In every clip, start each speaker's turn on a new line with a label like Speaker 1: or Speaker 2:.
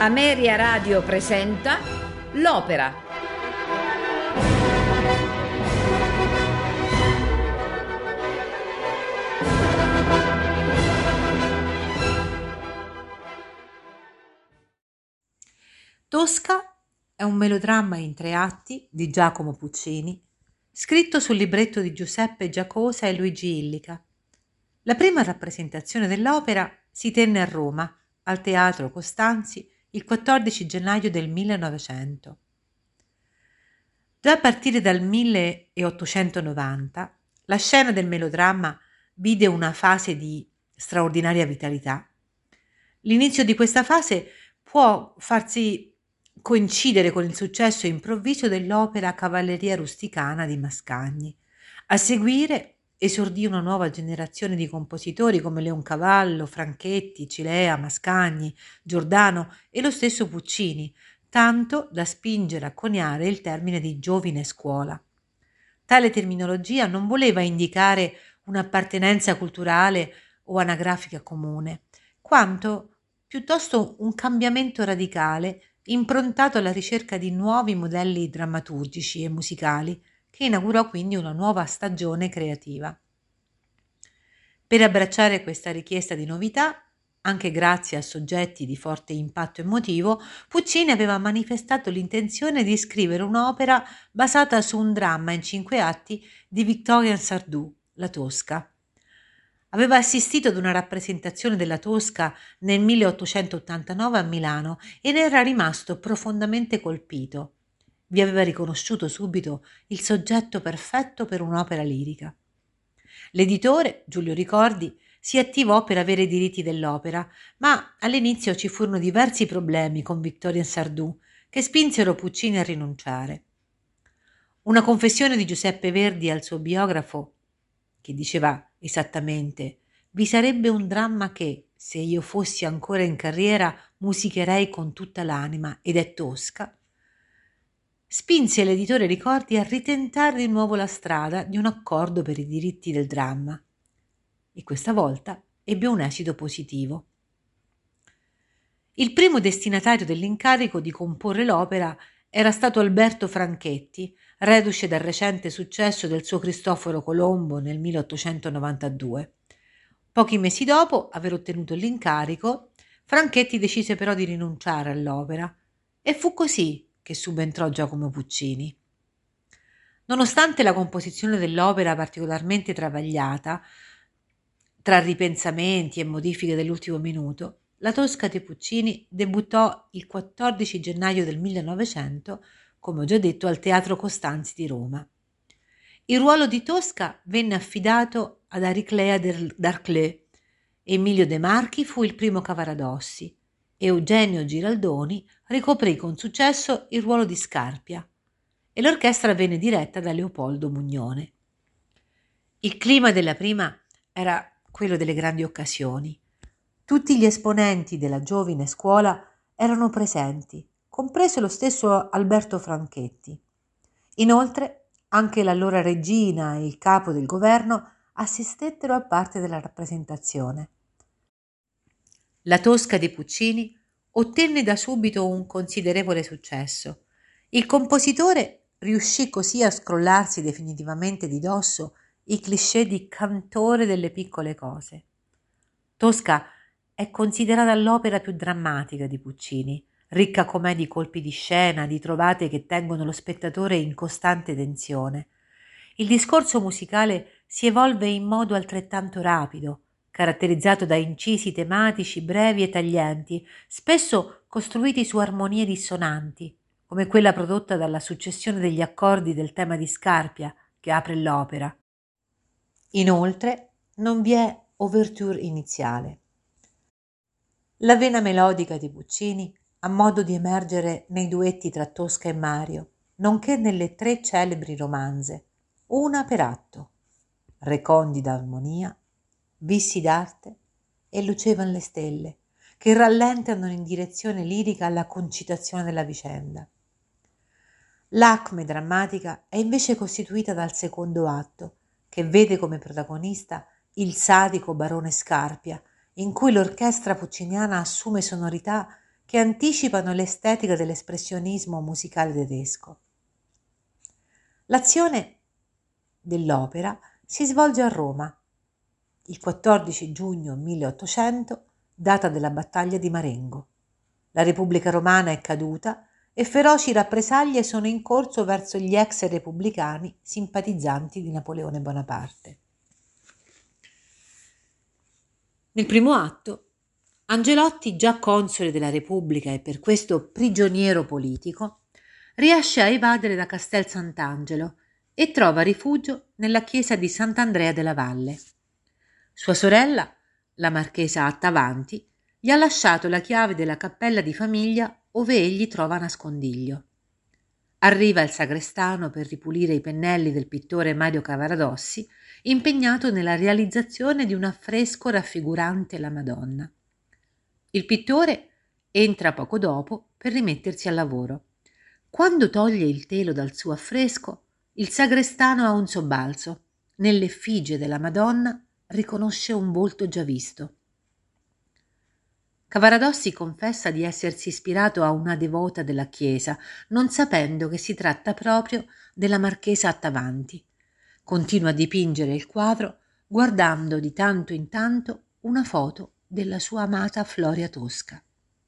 Speaker 1: Ameria Radio presenta L'Opera.
Speaker 2: Tosca è un melodramma in 3 atti di Giacomo Puccini, scritto sul libretto di Giuseppe Giacosa e Luigi Illica. La prima rappresentazione dell'opera si tenne a Roma, al Teatro Costanzi, il 14 gennaio del 1900. Già a partire dal 1890, la scena del melodramma vide una fase di straordinaria vitalità. L'inizio di questa fase può farsi coincidere con il successo improvviso dell'opera Cavalleria rusticana di Mascagni. A seguire esordì una nuova generazione di compositori come Leoncavallo, Franchetti, Cilea, Mascagni, Giordano e lo stesso Puccini, tanto da spingere a coniare il termine di giovine scuola. Tale terminologia non voleva indicare un'appartenenza culturale o anagrafica comune, quanto piuttosto un cambiamento radicale improntato alla ricerca di nuovi modelli drammaturgici e musicali, che inaugurò quindi una nuova stagione creativa. Per abbracciare questa richiesta di novità, anche grazie a soggetti di forte impatto emotivo, Puccini aveva manifestato l'intenzione di scrivere un'opera basata su un dramma in 5 atti di Victorien Sardou, La Tosca. Aveva assistito ad una rappresentazione della Tosca nel 1889 a Milano e ne era rimasto profondamente colpito. Vi aveva riconosciuto subito il soggetto perfetto per un'opera lirica. L'editore, Giulio Ricordi, si attivò per avere i diritti dell'opera, ma all'inizio ci furono diversi problemi con Victorien Sardou che spinsero Puccini a rinunciare. Una confessione di Giuseppe Verdi al suo biografo, che diceva esattamente: «Vi sarebbe un dramma che, se io fossi ancora in carriera, musicherei con tutta l'anima, ed è Tosca», spinse l'editore Ricordi a ritentare di nuovo la strada di un accordo per i diritti del dramma. E questa volta ebbe un esito positivo. Il primo destinatario dell'incarico di comporre l'opera era stato Alberto Franchetti, reduce dal recente successo del suo Cristoforo Colombo nel 1892. Pochi mesi dopo aver ottenuto l'incarico, Franchetti decise però di rinunciare all'opera, e fu così che subentrò Giacomo Puccini. Nonostante la composizione dell'opera particolarmente travagliata, tra ripensamenti e modifiche dell'ultimo minuto, La Tosca di Puccini debuttò il 14 gennaio del 1900, come ho già detto, al Teatro Costanzi di Roma. Il ruolo di Tosca venne affidato ad Ariclea d'Arclay. Emilio De Marchi fu il primo Cavaradossi. Eugenio Giraldoni ricoprì con successo il ruolo di Scarpia e l'orchestra venne diretta da Leopoldo Mugnone. Il clima della prima era quello delle grandi occasioni. Tutti gli esponenti della giovine scuola erano presenti, compreso lo stesso Alberto Franchetti. Inoltre, anche l'allora regina e il capo del governo assistettero a parte della rappresentazione. La Tosca di Puccini ottenne da subito un considerevole successo. Il compositore riuscì così a scrollarsi definitivamente di dosso i cliché di cantore delle piccole cose. Tosca è considerata l'opera più drammatica di Puccini, ricca com'è di colpi di scena, di trovate che tengono lo spettatore in costante tensione. Il discorso musicale si evolve in modo altrettanto rapido, caratterizzato da incisi tematici brevi e taglienti, spesso costruiti su armonie dissonanti, come quella prodotta dalla successione degli accordi del tema di Scarpia che apre l'opera. Inoltre non vi è ouverture iniziale. La vena melodica di Puccini ha modo di emergere nei duetti tra Tosca e Mario, nonché nelle 3 celebri romanze, una per atto: Recondita armonia, Vissi d'arte e Lucevan le stelle, che rallentano in direzione lirica la concitazione della vicenda. L'acme drammatica è invece costituita dal secondo atto, che vede come protagonista il sadico barone Scarpia, in cui l'orchestra pucciniana assume sonorità che anticipano l'estetica dell'espressionismo musicale tedesco. L'azione dell'opera si svolge a Roma, il 14 giugno 1800, data della battaglia di Marengo. La Repubblica Romana è caduta e feroci rappresaglie sono in corso verso gli ex repubblicani simpatizzanti di Napoleone Bonaparte. Nel primo atto, Angelotti, già console della Repubblica e per questo prigioniero politico, riesce a evadere da Castel Sant'Angelo e trova rifugio nella chiesa di Sant'Andrea della Valle. Sua sorella, la marchesa Attavanti, gli ha lasciato la chiave della cappella di famiglia ove egli trova nascondiglio. Arriva il sagrestano per ripulire i pennelli del pittore Mario Cavaradossi, impegnato nella realizzazione di un affresco raffigurante la Madonna. Il pittore entra poco dopo per rimettersi al lavoro. Quando toglie il telo dal suo affresco, il sagrestano ha un sobbalzo. Nell'effigie della Madonna riconosce un volto già visto. Cavaradossi confessa di essersi ispirato a una devota della chiesa, non sapendo che si tratta proprio della marchesa Attavanti. Continua a dipingere il quadro guardando di tanto in tanto una foto della sua amata Floria Tosca.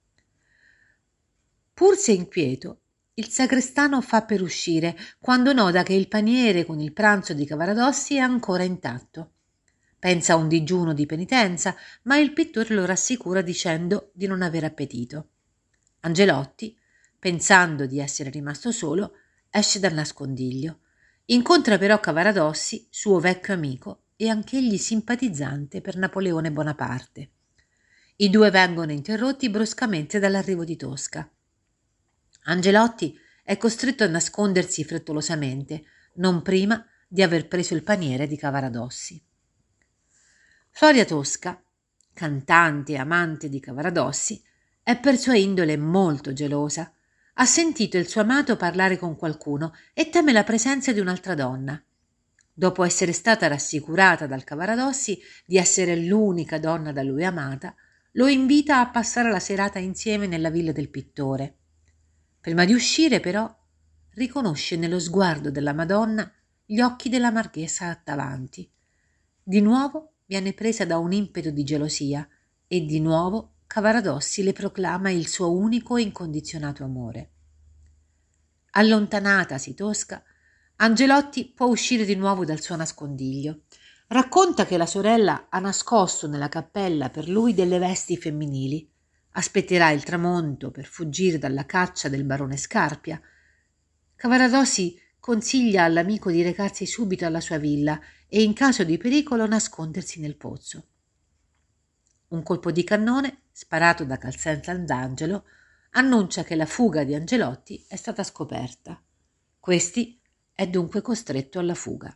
Speaker 2: Pur se inquieto, il sagrestano fa per uscire quando nota che il paniere con il pranzo di Cavaradossi è ancora intatto. Pensa a un digiuno di penitenza, ma il pittore lo rassicura dicendo di non avere appetito. Angelotti, pensando di essere rimasto solo, esce dal nascondiglio. Incontra però Cavaradossi, suo vecchio amico e anch'egli simpatizzante per Napoleone Bonaparte. I due vengono interrotti bruscamente dall'arrivo di Tosca. Angelotti è costretto a nascondersi frettolosamente, non prima di aver preso il paniere di Cavaradossi. Floria Tosca, cantante e amante di Cavaradossi, è per sua indole molto gelosa. Ha sentito il suo amato parlare con qualcuno e teme la presenza di un'altra donna. Dopo essere stata rassicurata dal Cavaradossi di essere l'unica donna da lui amata, lo invita a passare la serata insieme nella villa del pittore. Prima di uscire, però, riconosce nello sguardo della Madonna gli occhi della marchesa Attavanti. Di nuovo viene presa da un impeto di gelosia e di nuovo Cavaradossi le proclama il suo unico e incondizionato amore. Allontanatasi Tosca, Angelotti può uscire di nuovo dal suo nascondiglio. Racconta che la sorella ha nascosto nella cappella per lui delle vesti femminili. Aspetterà il tramonto per fuggire dalla caccia del barone Scarpia. Cavaradossi consiglia all'amico di recarsi subito alla sua villa e in caso di pericolo nascondersi nel pozzo. Un colpo di cannone, sparato da Castel Sant'Angelo, annuncia che la fuga di Angelotti è stata scoperta. Questi è dunque costretto alla fuga.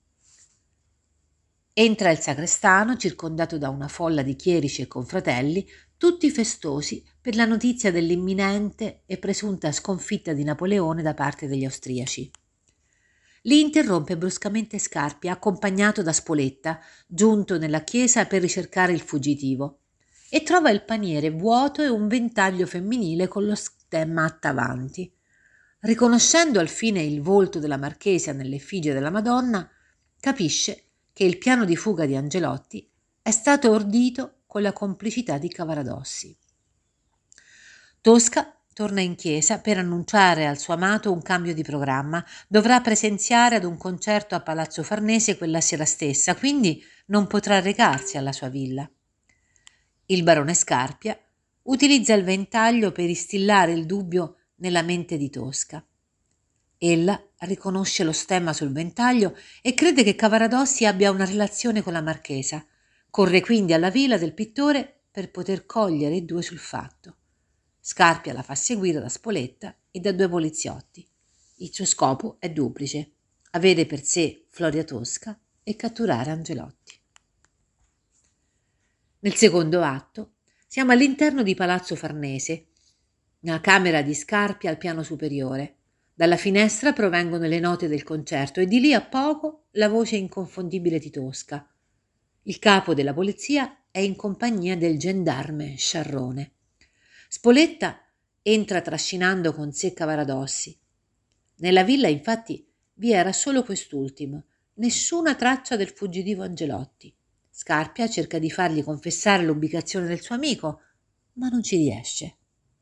Speaker 2: Entra il sagrestano, circondato da una folla di chierici e confratelli, tutti festosi per la notizia dell'imminente e presunta sconfitta di Napoleone da parte degli austriaci. Li interrompe bruscamente Scarpia, accompagnato da Spoletta, giunto nella chiesa per ricercare il fuggitivo, e trova il paniere vuoto e un ventaglio femminile con lo stemma Attavanti. Riconoscendo alfine il volto della marchesa nell'effigie della Madonna, capisce che il piano di fuga di Angelotti è stato ordito con la complicità di Cavaradossi. Tosca torna in chiesa per annunciare al suo amato un cambio di programma. Dovrà presenziare ad un concerto a Palazzo Farnese quella sera stessa, quindi non potrà recarsi alla sua villa. Il barone Scarpia utilizza il ventaglio per instillare il dubbio nella mente di Tosca. Ella riconosce lo stemma sul ventaglio e crede che Cavaradossi abbia una relazione con la marchesa. Corre quindi alla villa del pittore per poter cogliere i due sul fatto. Scarpia la fa seguire da Spoletta e da due poliziotti. Il suo scopo è duplice: avere per sé Floria Tosca e catturare Angelotti. Nel secondo atto siamo all'interno di Palazzo Farnese, nella camera di Scarpia al piano superiore. Dalla finestra provengono le note del concerto e di lì a poco la voce inconfondibile di Tosca. Il capo della polizia è in compagnia del gendarme Sciarrone. Spoletta entra trascinando con sé Cavaradossi. Nella villa, infatti, vi era solo quest'ultimo, nessuna traccia del fuggitivo Angelotti. Scarpia cerca di fargli confessare l'ubicazione del suo amico, ma non ci riesce.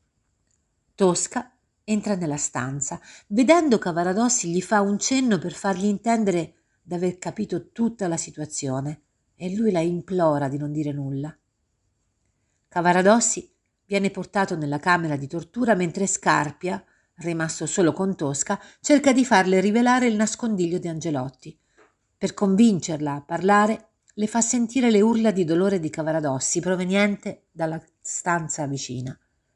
Speaker 2: Tosca entra nella stanza. Vedendo Cavaradossi gli fa un cenno per fargli intendere d'aver capito tutta la situazione e lui la implora di non dire nulla. Cavaradossi viene portato nella camera di tortura mentre Scarpia, rimasto solo con Tosca, cerca di farle rivelare il nascondiglio di Angelotti. Per convincerla a parlare, le fa sentire le urla di dolore di Cavaradossi proveniente dalla stanza vicina.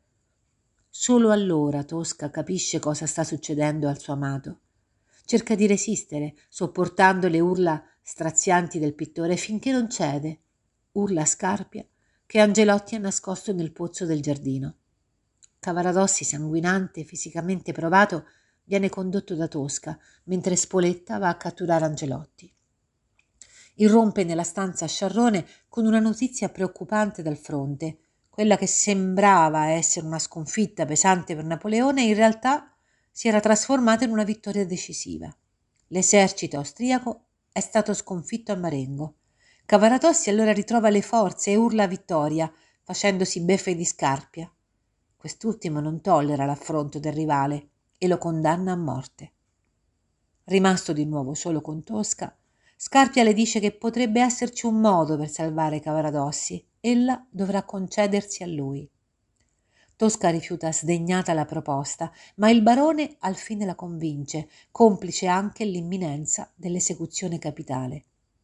Speaker 2: Solo allora Tosca capisce cosa sta succedendo al suo amato. Cerca di resistere, sopportando le urla strazianti del pittore finché non cede. Urla a Scarpia che Angelotti è nascosto nel pozzo del giardino. Cavaradossi, sanguinante, fisicamente provato, viene condotto da Tosca, mentre Spoletta va a catturare Angelotti. Irrompe nella stanza Sciarrone con una notizia preoccupante dal fronte. Quella che sembrava essere una sconfitta pesante per Napoleone in realtà si era trasformata in una vittoria decisiva. L'esercito austriaco è stato sconfitto a Marengo. Cavaradossi allora ritrova le forze e urla vittoria, facendosi beffe di Scarpia. Quest'ultimo non tollera l'affronto del rivale e lo condanna a morte. Rimasto di nuovo solo con Tosca, Scarpia le dice che potrebbe esserci un modo per salvare Cavaradossi. Ella dovrà concedersi a lui. Tosca rifiuta sdegnata la proposta, ma il barone al fine la convince, complice anche l'imminenza dell'esecuzione capitale.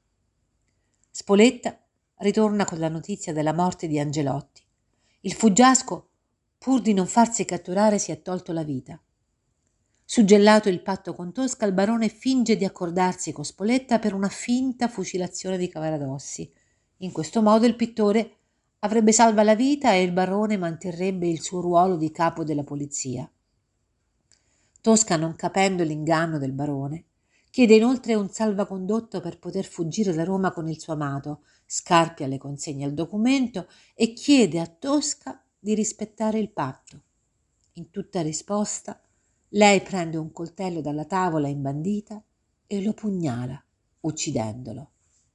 Speaker 2: Spoletta ritorna con la notizia della morte di Angelotti. Il fuggiasco, pur di non farsi catturare, si è tolto la vita. Suggellato il patto con Tosca, il barone finge di accordarsi con Spoletta per una finta fucilazione di Cavaradossi. In questo modo il pittore avrebbe salva la vita e il barone manterrebbe il suo ruolo di capo della polizia. Tosca, non capendo l'inganno del barone, chiede inoltre un salvacondotto per poter fuggire da Roma con il suo amato. Scarpia le consegna il documento e chiede a Tosca di rispettare il patto. In tutta risposta, lei prende un coltello dalla tavola imbandita e lo pugnala, uccidendolo.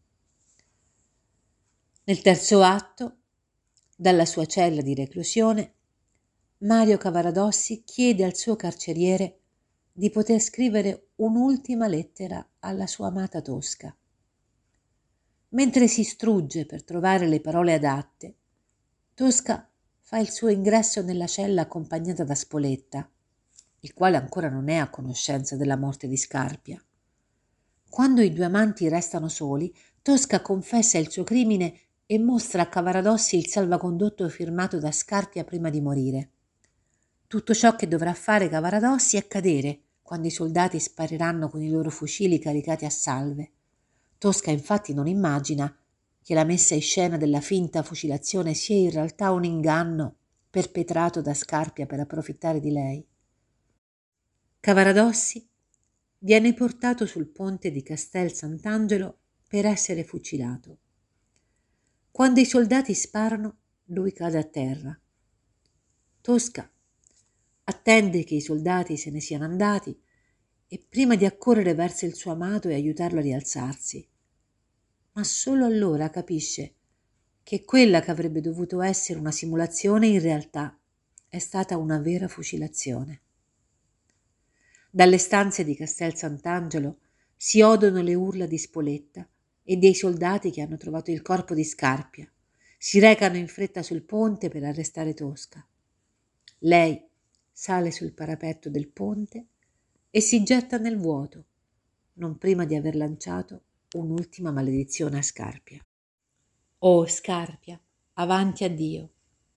Speaker 2: Nel terzo atto, dalla sua cella di reclusione, Mario Cavaradossi chiede al suo carceriere di poter scrivere un'ultima lettera alla sua amata Tosca. Mentre si strugge per trovare le parole adatte, Tosca fa il suo ingresso nella cella accompagnata da Spoletta, il quale ancora non è a conoscenza della morte di Scarpia. Quando i due amanti restano soli, Tosca confessa il suo crimine e mostra a Cavaradossi il salvacondotto firmato da Scarpia prima di morire. Tutto ciò che dovrà fare Cavaradossi è cadere quando i soldati spariranno con i loro fucili caricati a salve. Tosca infatti non immagina che la messa in scena della finta fucilazione sia in realtà un inganno perpetrato da Scarpia per approfittare di lei. Cavaradossi viene portato sul ponte di Castel Sant'Angelo per essere fucilato. Quando i soldati sparano, lui cade a terra. Tosca attende che i soldati se ne siano andati e prima di accorrere verso il suo amato e aiutarlo a rialzarsi. Ma solo allora capisce che quella che avrebbe dovuto essere una simulazione in realtà è stata una vera fucilazione. Dalle stanze di Castel Sant'Angelo si odono le urla di Spoletta e dei soldati che hanno trovato il corpo di Scarpia. Si recano in fretta sul ponte per arrestare Tosca. Lei sale sul parapetto del ponte e si getta nel vuoto, non prima di aver lanciato un'ultima maledizione a Scarpia. Oh Scarpia, avanti a Dio!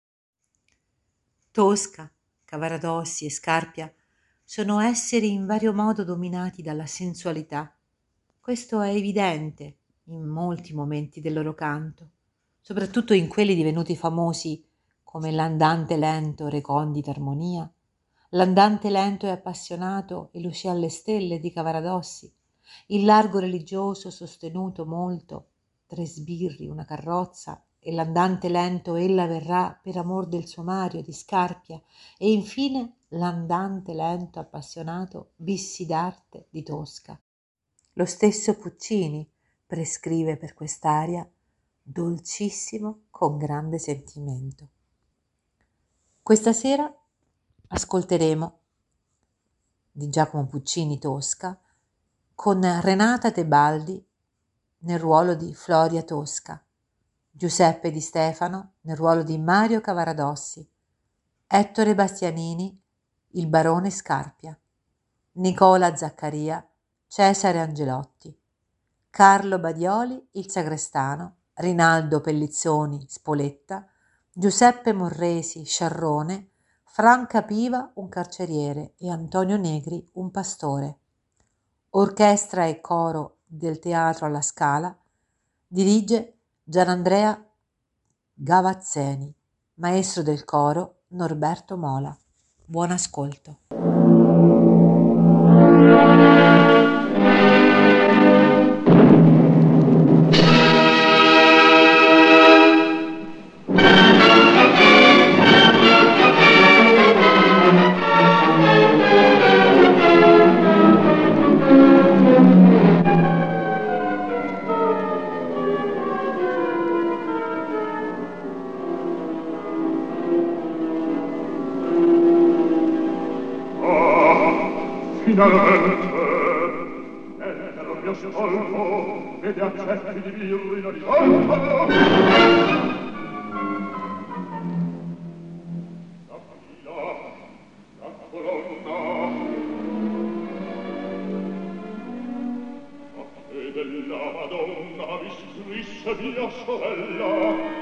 Speaker 2: Tosca, Cavaradossi e Scarpia sono esseri in vario modo dominati dalla sensualità. Questo è evidente in molti momenti del loro canto, soprattutto in quelli divenuti famosi come l'andante lento recondita armonia, l'andante lento e appassionato e luce alle stelle di Cavaradossi, il largo religioso sostenuto molto, tre sbirri, una carrozza e l'andante lento ella verrà per amor del suo Mario di Scarpia, e infine l'andante lento appassionato vissi d'arte di Tosca. Lo stesso Puccini prescrive per quest'aria dolcissimo con grande sentimento. Questa sera ascolteremo di Giacomo Puccini Tosca con Renata Tebaldi nel ruolo di Floria Tosca, Giuseppe Di Stefano nel ruolo di Mario Cavaradossi, Ettore Bastianini il barone Scarpia, Nicola Zaccaria Cesare Angelotti, Carlo Badioli il sagrestano, Rinaldo Pellizzoni Spoletta, Giuseppe Morresi Sciarrone, Franca Piva un carceriere e Antonio Negri un pastore. Orchestra e coro del Teatro alla Scala, dirige Gianandrea Gavazzeni, maestro del coro Norberto Mola. Buon ascolto.
Speaker 3: Finalmente entro il mio stolpo ed accetti di birra in rivolto. La fila, la colonna, a te della Madonna mi scrisse mia sorella.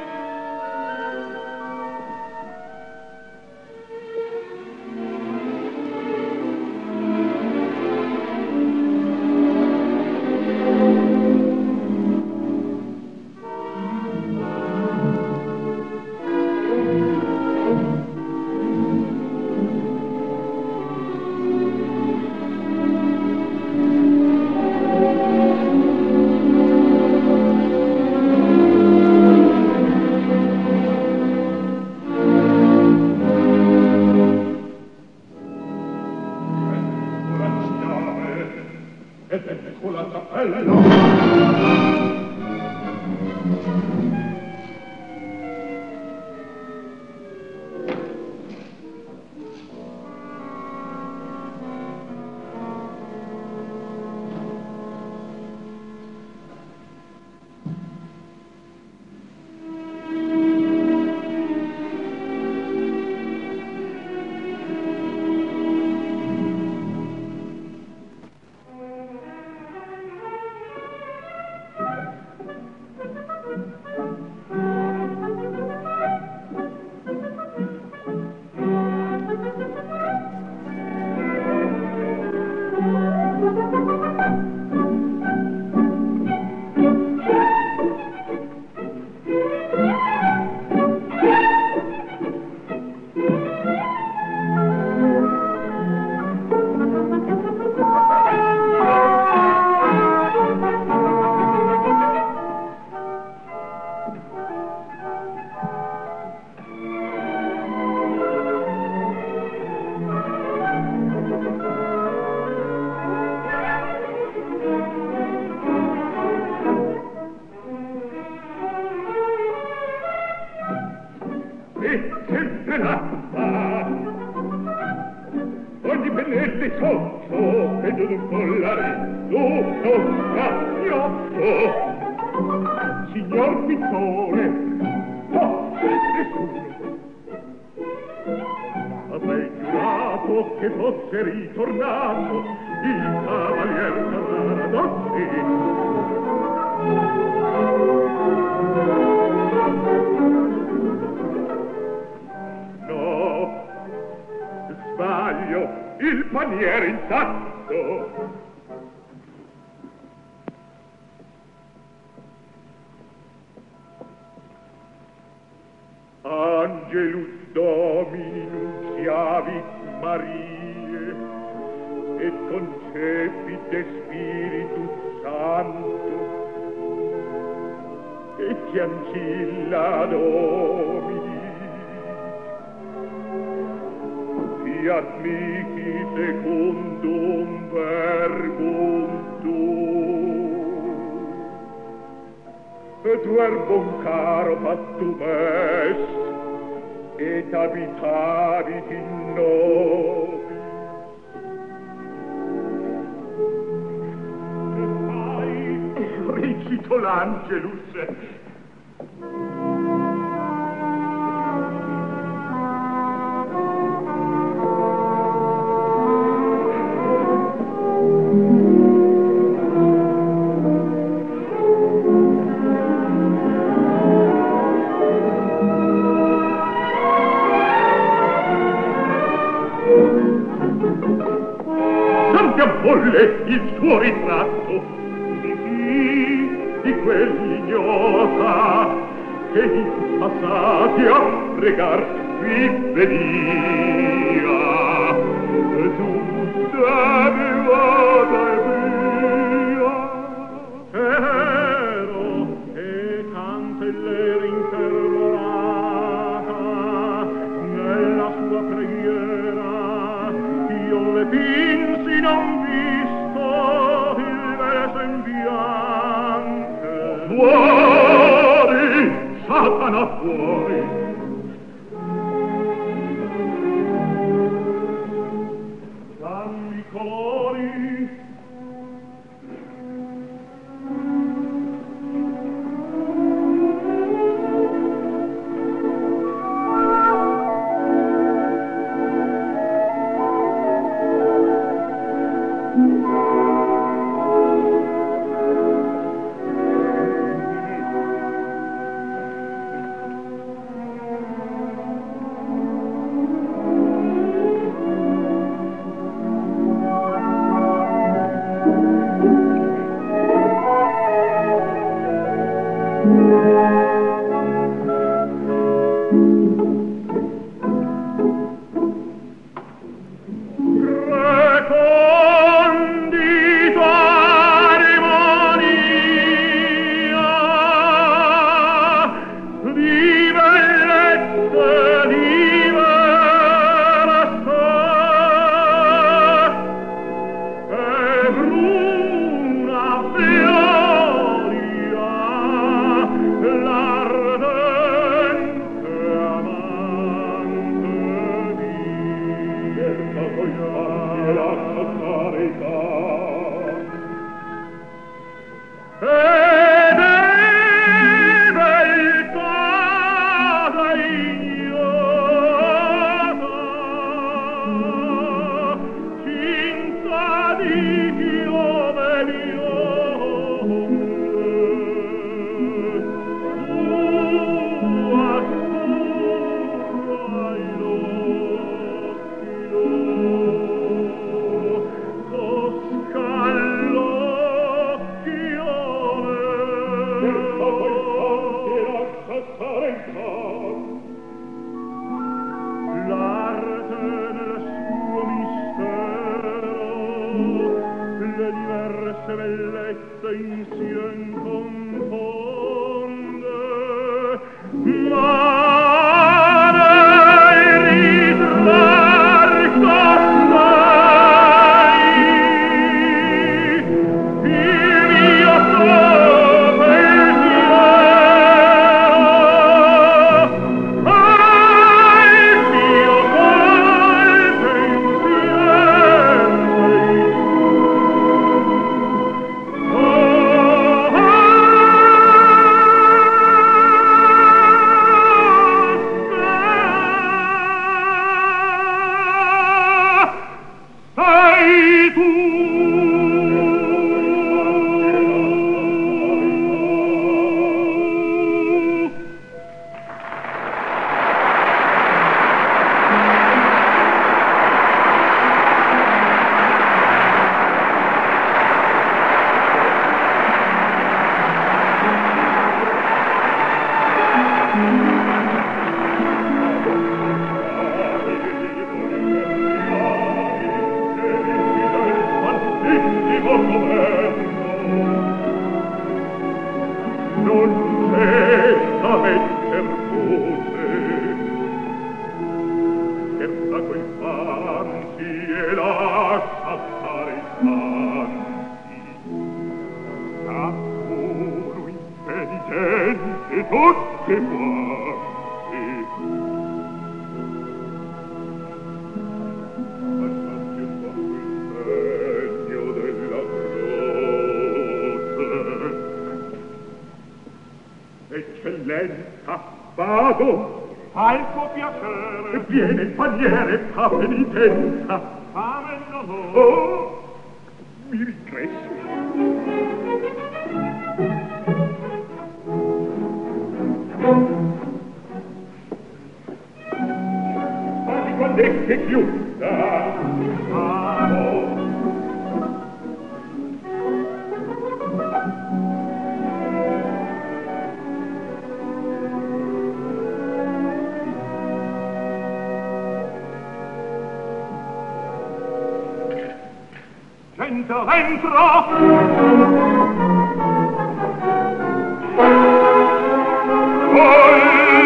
Speaker 3: Signor Pittore, avrei giurato che fosse ritornato il cavalier Cavaradossi. No, sbaglio, il paniere intatto. Angelus Domini nunciavit Mariae, et concepit de Spiritus Sancto. e ti ancilla domini. Fiat mihi secundum verbum tuum, et verbum caro factum est, et habitabit in nobis. Recito l'Angelus. Sante a volle il suo ritratto, di quell'ignota che in passati a pregar vi venia, e tu devi vada e via. Ero e tante l'era infervorata nella sua preghiera, io le pinsi non visto il verso inviante. Fuori, Satana, fuori! Dammi colori. che guardi. Passati un po' il segno della croce. Eccellenza, vado. Al tuo piacere. Viene il paniere, fa penitenza. Fame non ho. Oh, mi ricresci. Fatti quando è che chiuda. Vado. Dentro, dentro! Poi,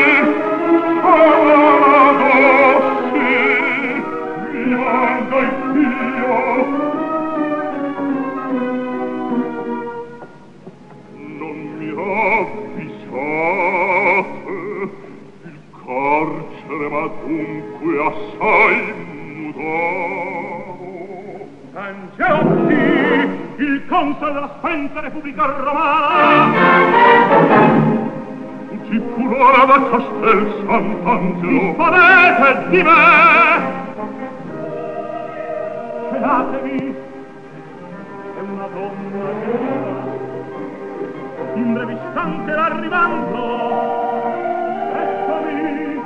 Speaker 3: sì, mi manda il Dio. Non mi avvisate, il carcere ma dunque assai mutato. Angelotti, il console della spenta Repubblica Romana, ci furora da Castel Sant'Angelo. Disponete di me, celatevi, è una donna vera, in breve istante l'arrivando, eccomi.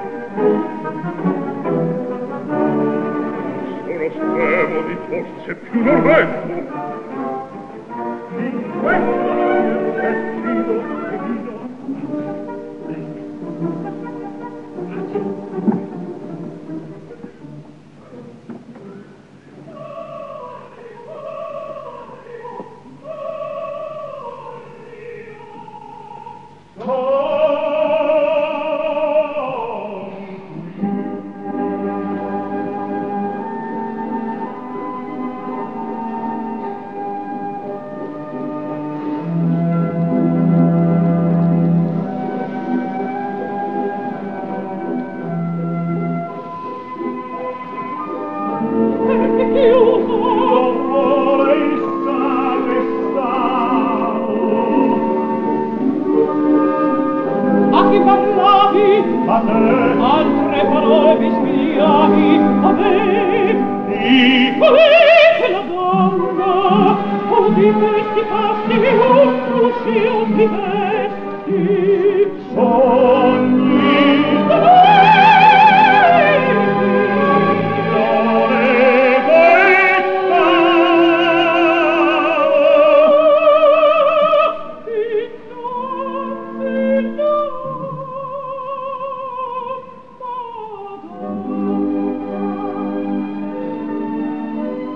Speaker 3: Sono stremo di forse più norvento. In questo vestito e vino.
Speaker 4: Altre parole mi spiegavi a me. Volete la donna o di questi passi usci o di vesti sogni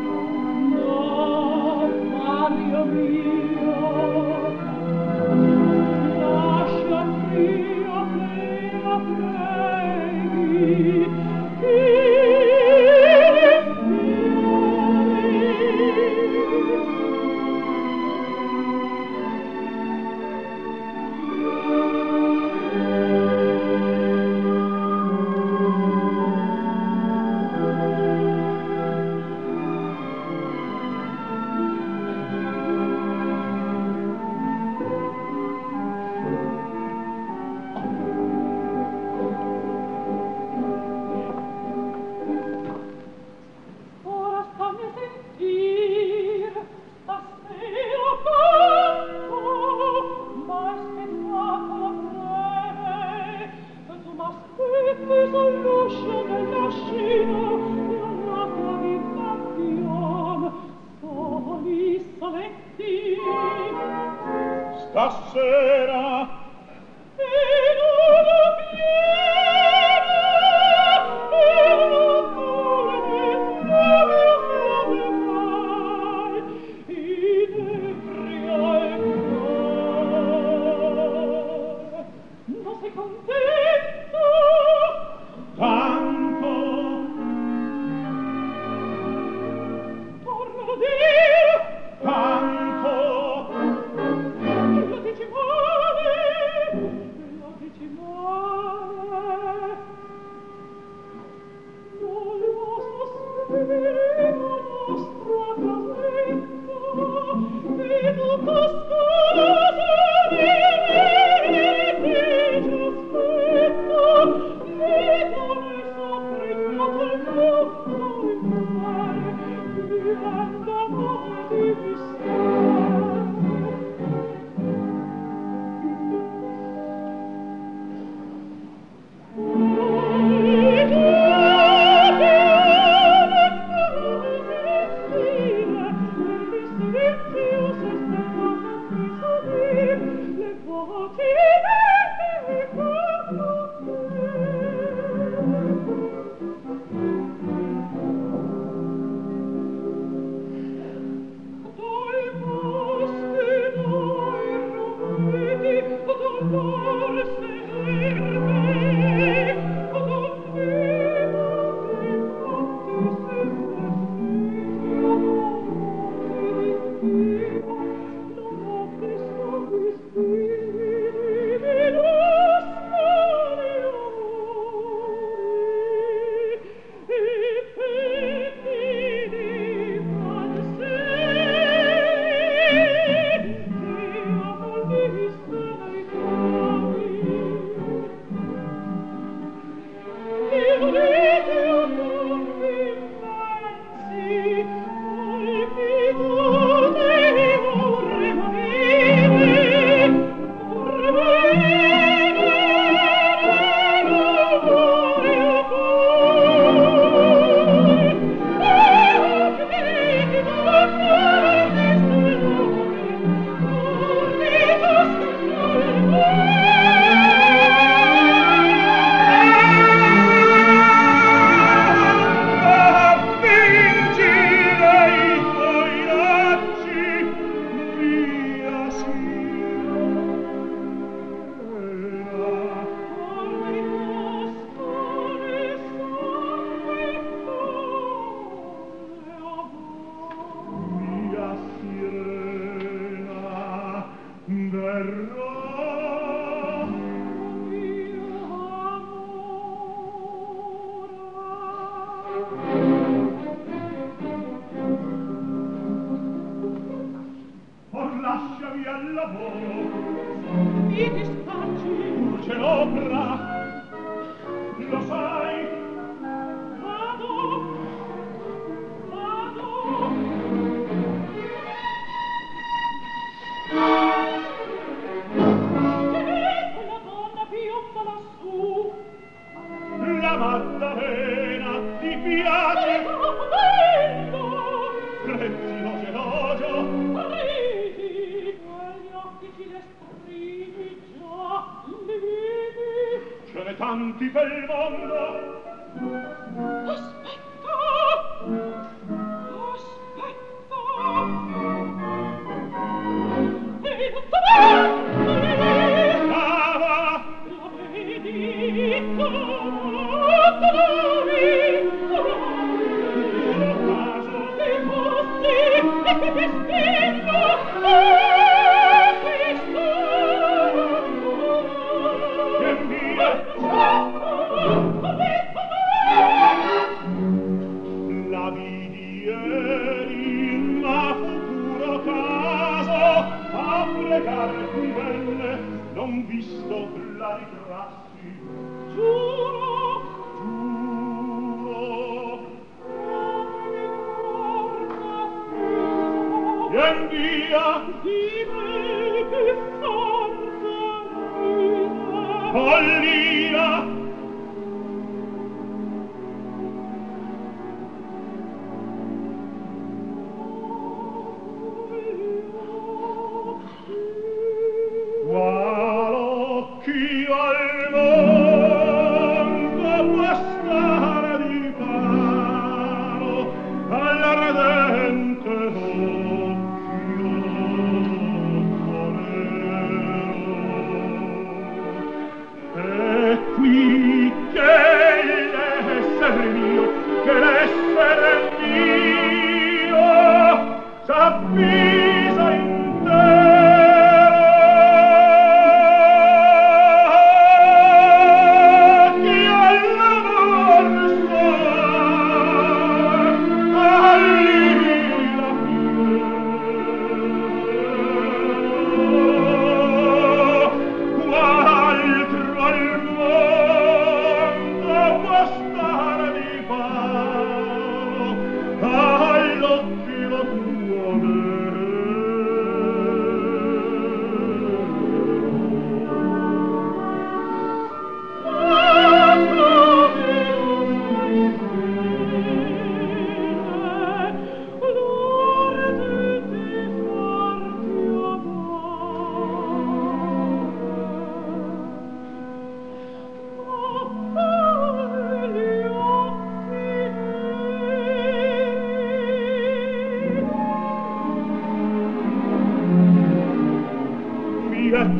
Speaker 4: Mario mio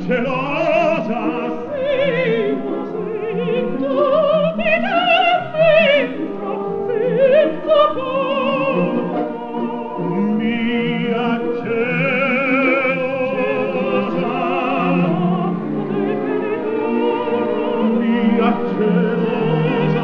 Speaker 3: gelosa
Speaker 4: sì, ma sento di te dentro senza paura
Speaker 3: mia gelosa mia gelosa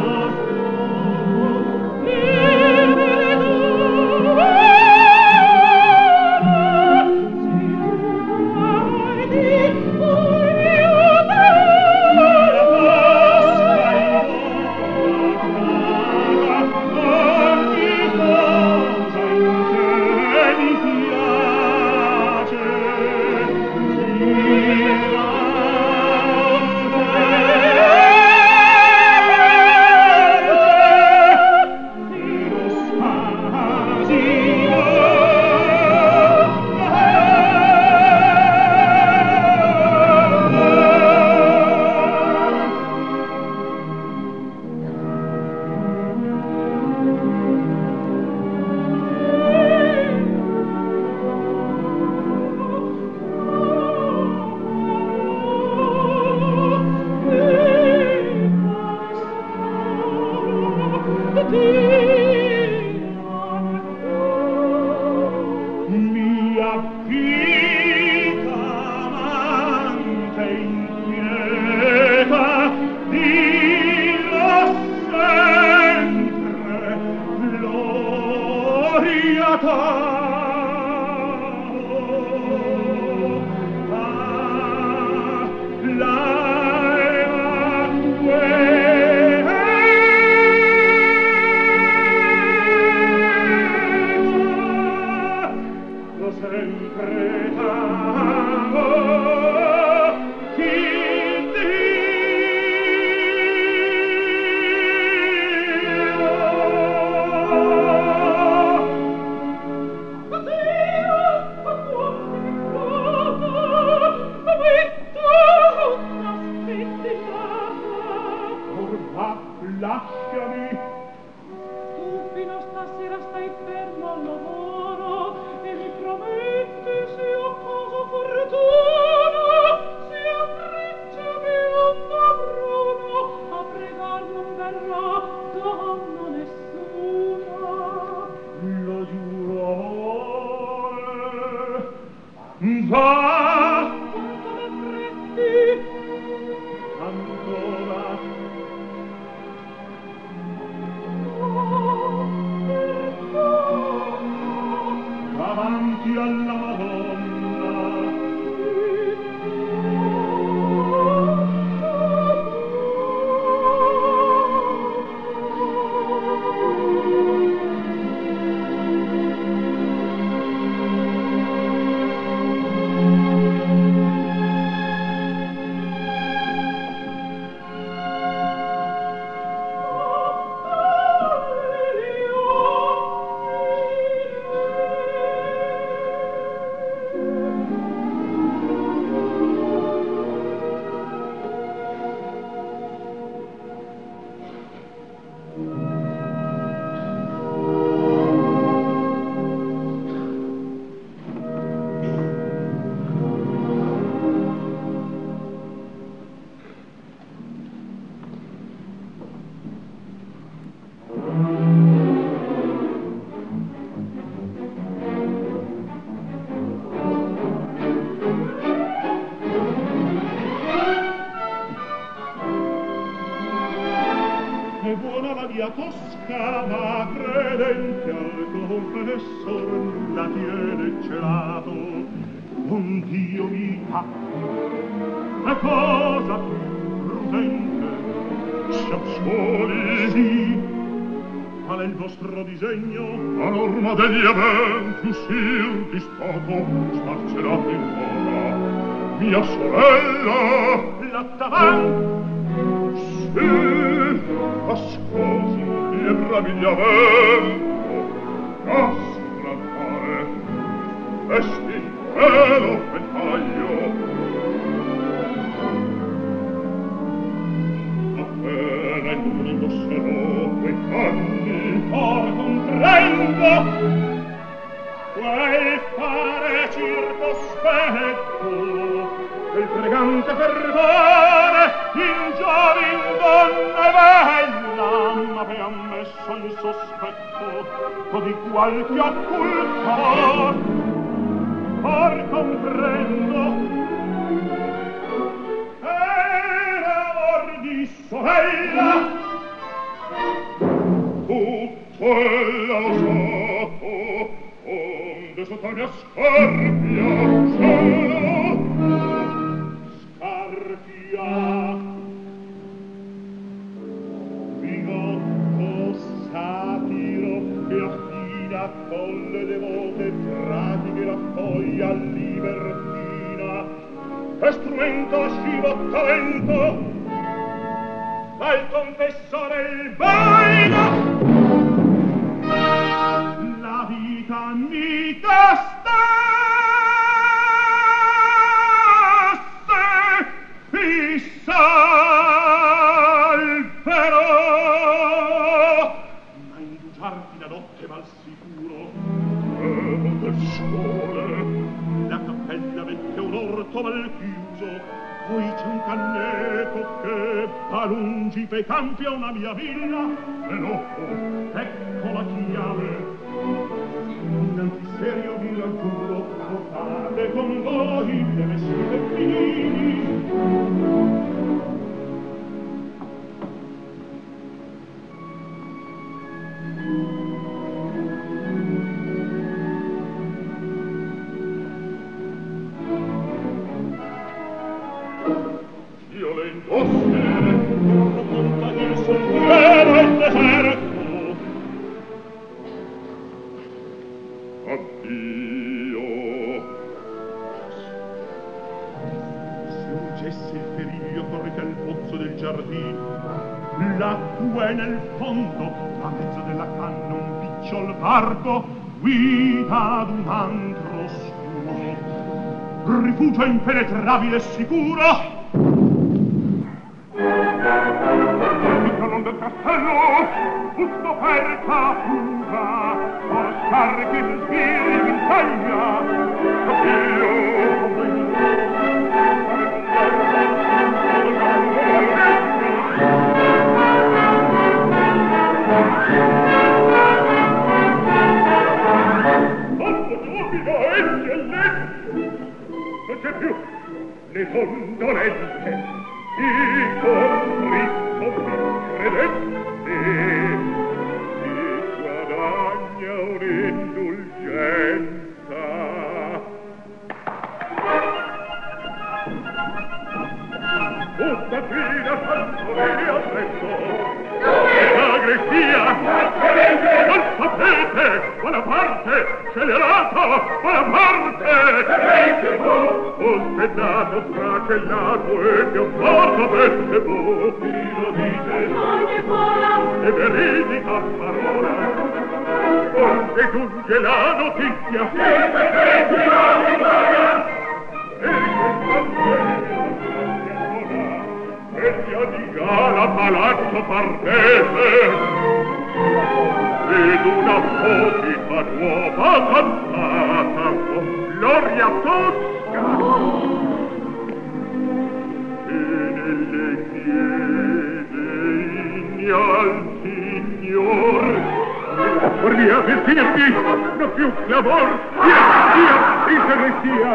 Speaker 3: lasciami
Speaker 4: tu fino a stasera stai fermo al lavoro e mi prometti se ho cosa fortuna se abbracciami un padrono a pregar non verrà donna nessuna
Speaker 3: lo giuro amore va
Speaker 4: quanto m'apprezzi
Speaker 3: ancora davanti alla Madonna Toscana credente al confessor la tiene celato un Dio vita è cosa più prudente siamo soli sì qual è il vostro disegno a norma degli eventi uscir di stato sparcerate in vora mia sorella l'attavanti sì ascolti meravigliamento a strafare vesti in velo e taglio appena il unico sarò quei canni ora comprendo quel fare circospetto quel pregare fremente fervore in giovin donna bella m'avea messo in sospetto o di qualche occulto or comprendo era amor di sorella tutto ella lo so onde sotto mia scarpia solo scarpia bigotto satiro che affida folle devote pratiche raccoglia libertina e strumento scivottamento dal confessore il baino la vita mi testasse fissa al però ma indugiarti la notte mal sicuro del sole la cappella vecchia un orto mal chiuso poi c'è un canneto che a lungi pe campi a una mia villa e no, ecco la chiave innanzi serio vi raggiuro portate con voi le vestite fini io le indosse monta il sentiero e il deserto addio se urgesse il periglio correte al pozzo del giardino l'acqua è nel fondo a mezzo della canna un picciol barco guida ad un antro oscuro rifugio impenetrabile e sicuro non del castello tutto per caputa o scarichi il spirito in montagna io non c'è più le fondolette i conflitto credette si guadagna un'indulgenza tutta fila fantoria presso l'agressia non sapete buona parte scelerato buona parte ospedato fracellato e che ho fatto avesse voi chi lo dice ogni buona e veridica parola onde giunge la notizia che perché la vittoria e che di gala palazzo Farnese ed una apposita nuova cantata con gloria tosca e nelle chiese inni al Signor por via per finirti non più clamor via in segrestia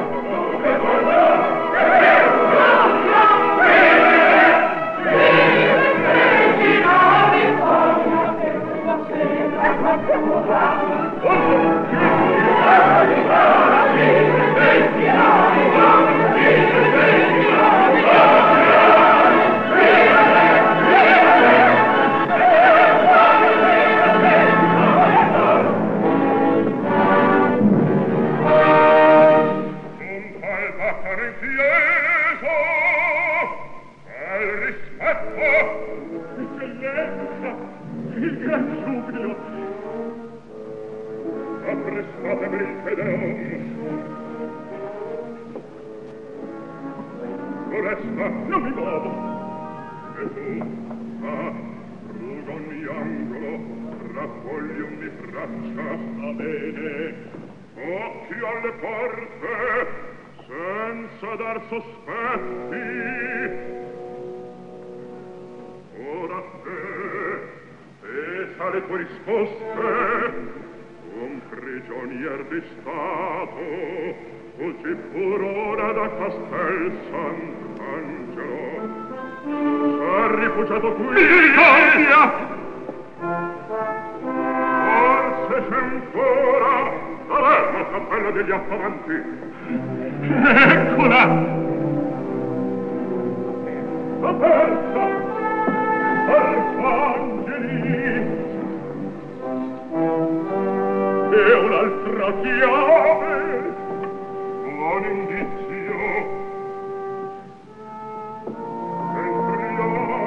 Speaker 3: il gran giubilo apprestate per il fedelum resta non mi muovo e tu rugo ogni angolo raccogli ogni braccia va bene occhio alle porte senza dar sospetti. Ora pesa le tue risposte, un prigionier di Stato, fuggi pur ora da Castel Sant'Angelo. S'è rifugiato qui. Italia! Forse c'è ancora la cappella degli affavanti. Eccola! Aperta! Arcangeli! E un'altra chiave! Buon indizio! Entriamo!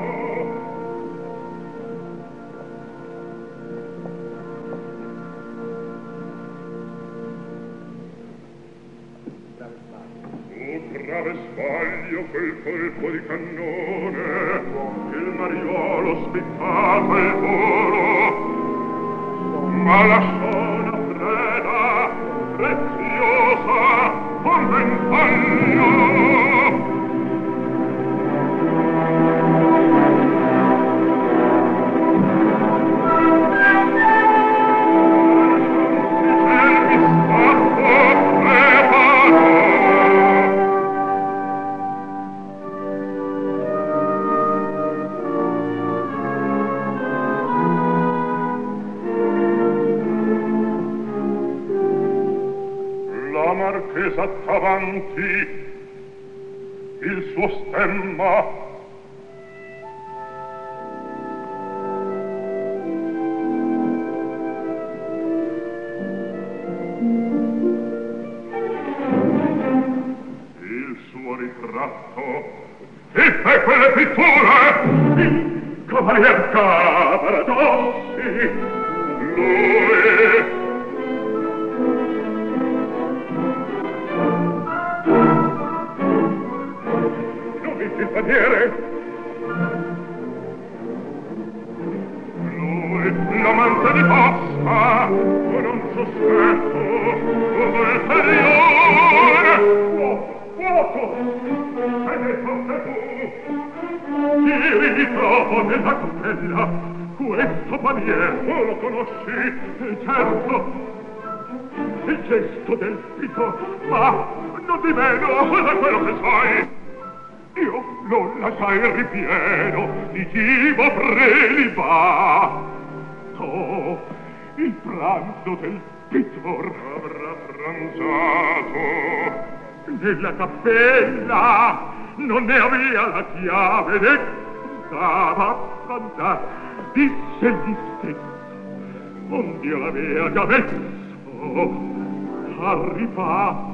Speaker 3: Grave sbaglio quel colpo di cannone, il mariolo spiccato il volo, ma la scena fredda, preziosa, un ventaglio. Marchesa davanti il suo stemma il suo ritratto e quelle pitture il cavalier Cavaradossi lui il paniere lui l'amante di Fosca con un sospetto ulteriore fuoco hai detto tu ti ritrovo nella cappella questo paniere tu lo conosci certo il gesto del pito ma non di meno da quello che sai io lo lasciai ripieno di cibo prelibato. Il pranzo del pittor avrà pranzato. Nella cappella non ne avea la chiave né stava a pranzar. Disse gli stesso, ond'io l'avea già messo al ripasto.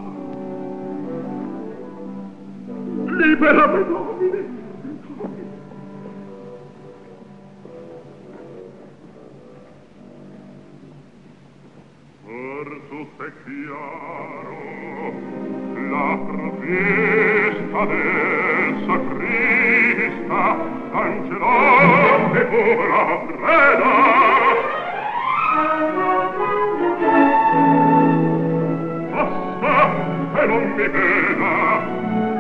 Speaker 3: Libera me nomine. Per tutto è chiaro la provvista del sacrista Angelotte pura preda basta e non mi veda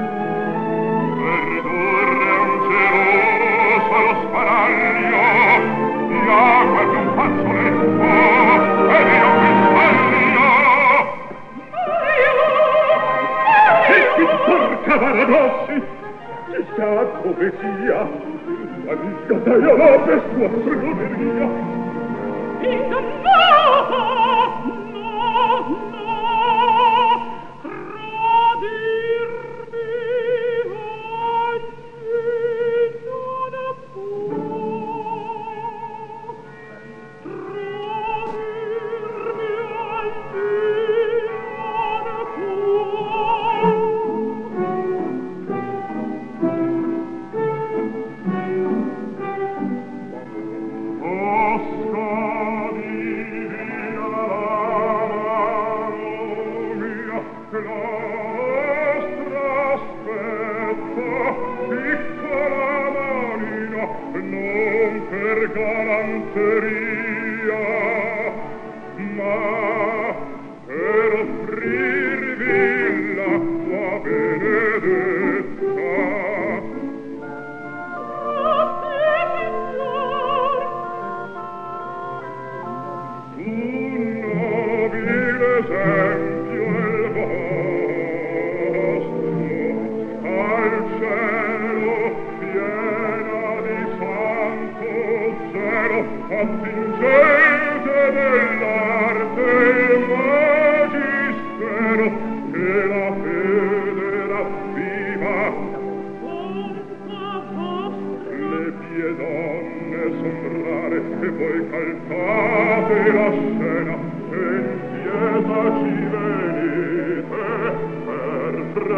Speaker 3: ridurre un geloso allo sparaglio io qualche un fazzoletto ed io mi sbaglio e chi porca Varadossi ci sa come sia la disgataia la per sua struneria
Speaker 4: ingannata no
Speaker 3: Osca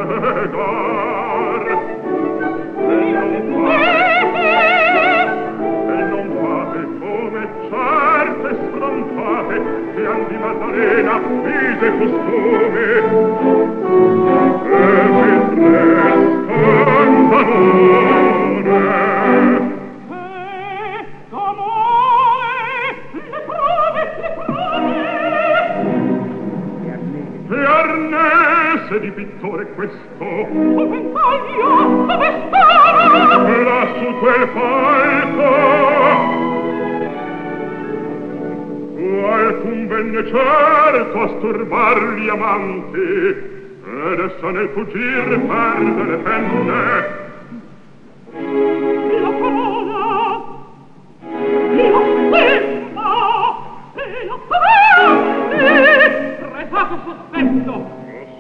Speaker 3: Di pittore questo
Speaker 4: Dove taglio, dove spara
Speaker 3: là su quel palco qualcun venne certo a sturbar gli amanti ed essa nel fuggir perde le penne
Speaker 4: la parola la stemma e la parte resato sospetto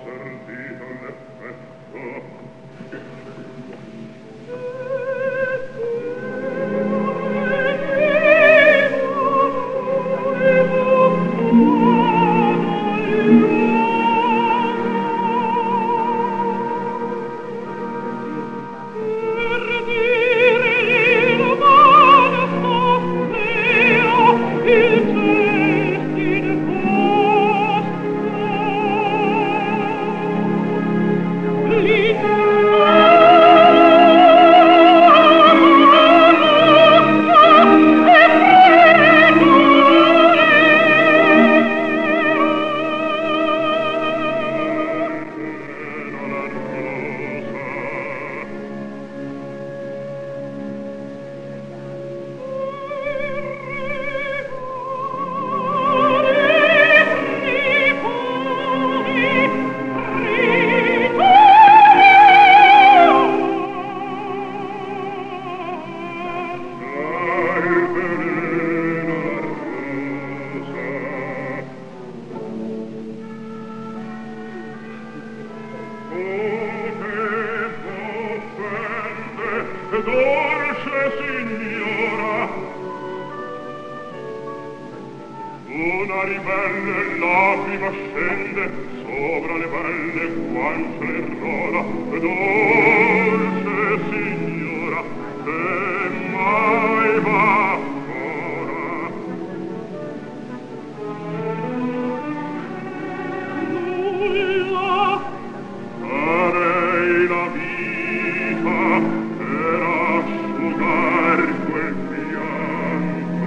Speaker 3: una ribelle lacrima scende sopra le belle guance e roda dolce signora che mai va ora
Speaker 4: nulla
Speaker 3: darei la vita per asciugar quel pianto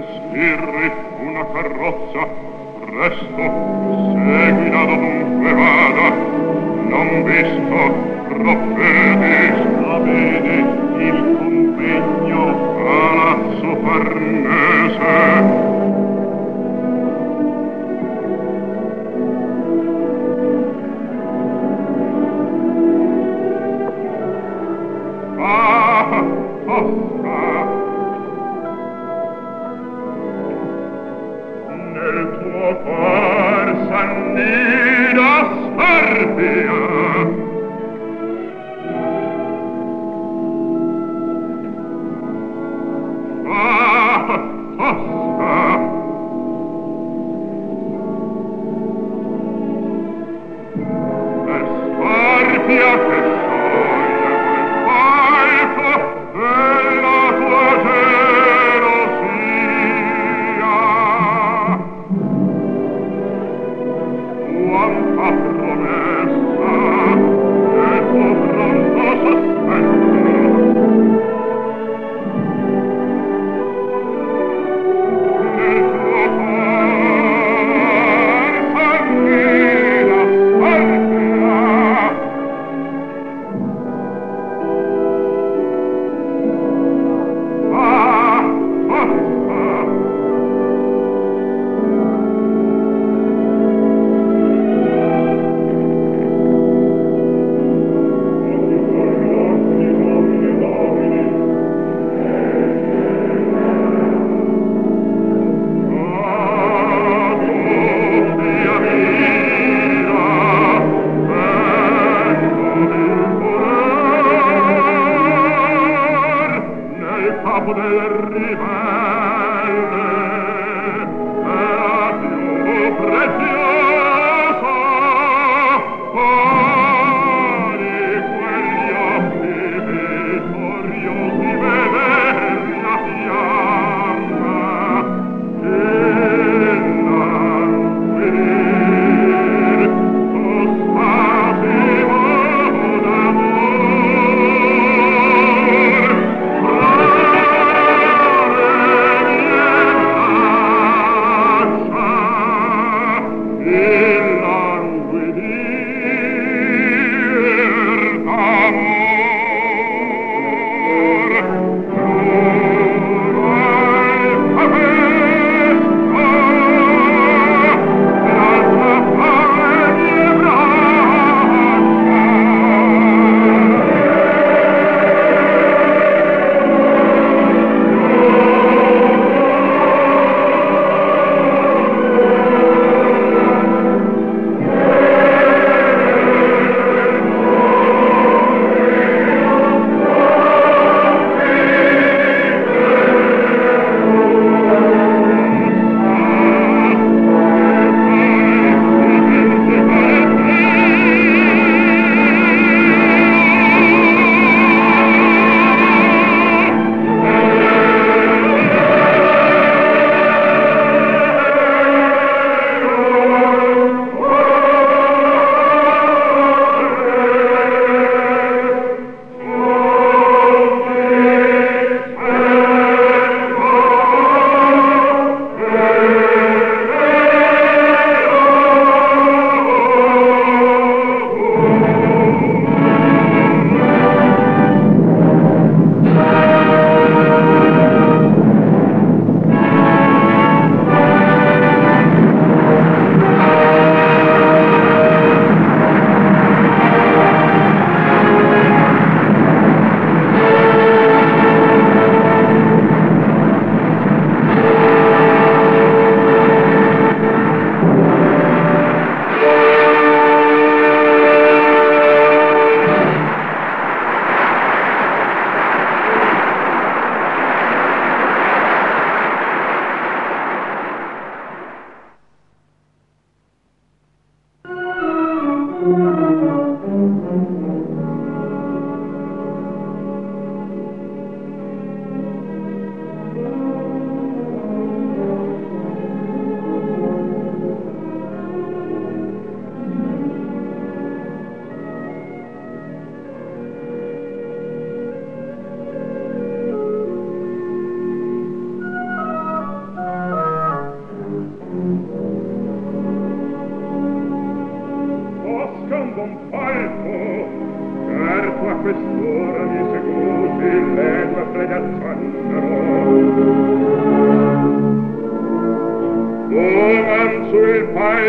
Speaker 3: sbirri una carrozza, presto, seguila dovunque vada, non visto, provvedi, avvede il convegno, Palazzo Farnese. Nel tuo cor s'annida Spartia. È Spartia che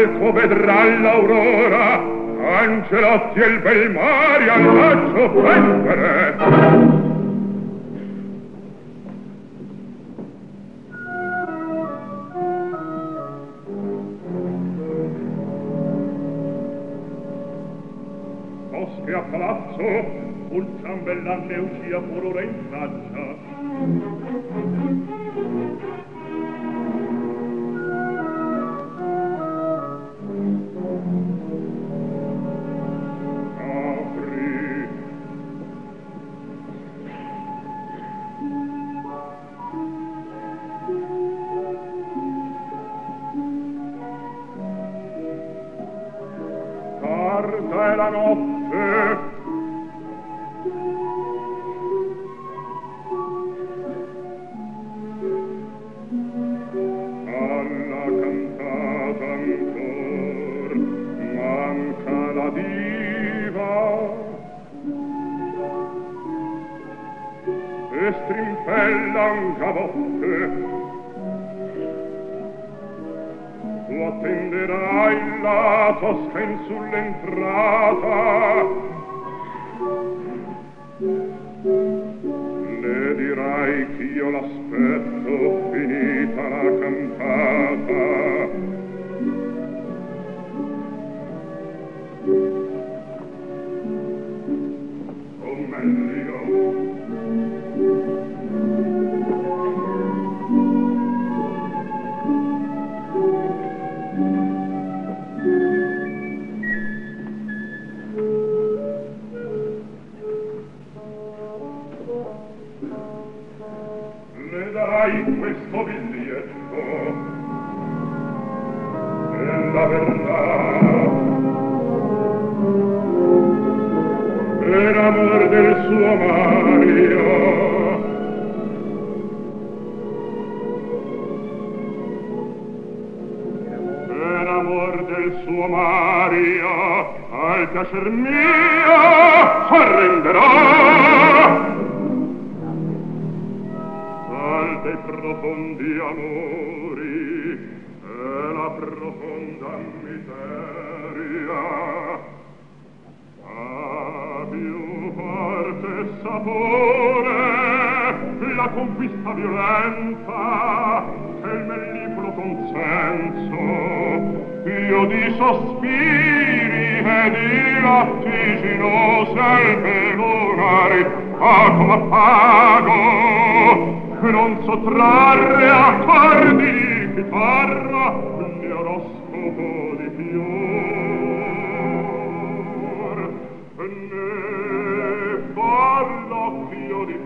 Speaker 3: palco vedrà l'aurora, Angelotti e il bel mare al laccio prendere. Che a palazzo un ciambellante uscia furore in faccia. Apri. Tarda è la notte. Alla cantata ancor manca la diva e strimpella un gavotte. Tu attenderai la tosca in sull'entrata, le dirai ch'io l'aspetto finita la cantata. O meglio, questo biglietto e la verrà per amor del suo Mario. Per amor del suo Mario al piacer mio s'arrenderà dei profondi amori e la profonda miseria ha più forte sapore la conquista violenta che il mellifluo consenso io di sospiri e di lattiginose pelunari come pago non sottrarre accordi di chitarra né oroscopo di fior né ballocchio di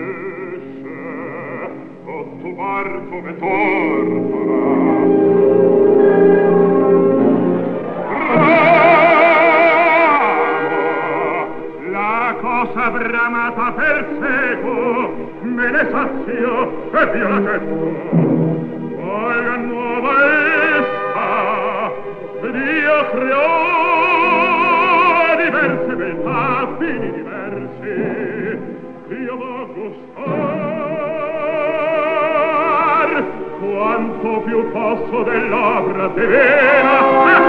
Speaker 3: pesce o tubar come tortora. La cosa bramata per seco me ne sazio e via l'accetto. Poi la nuova esta Dio creò diverse beltà, fini diversi io vo gustar quanto più posso dell'opera severa.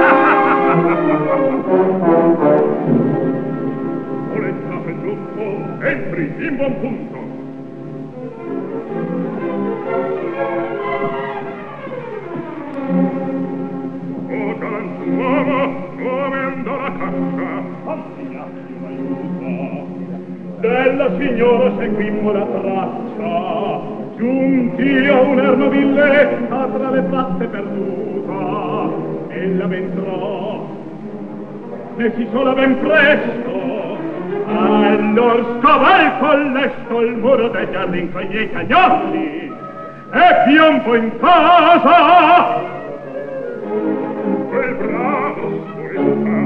Speaker 3: Voletta per giusto entri in buon punto. O galantuomo, come andò la caccia? Anzignati l'aiuto. Della signora seguimmo la traccia, giunti a un'erma villetta tra le tratte perduta. Ella v'entrò, ne si sola ben presto, allor scavalco all'esto il muro dei giardin con gli cagnolli e piombo in casa. Quel bravo spolita,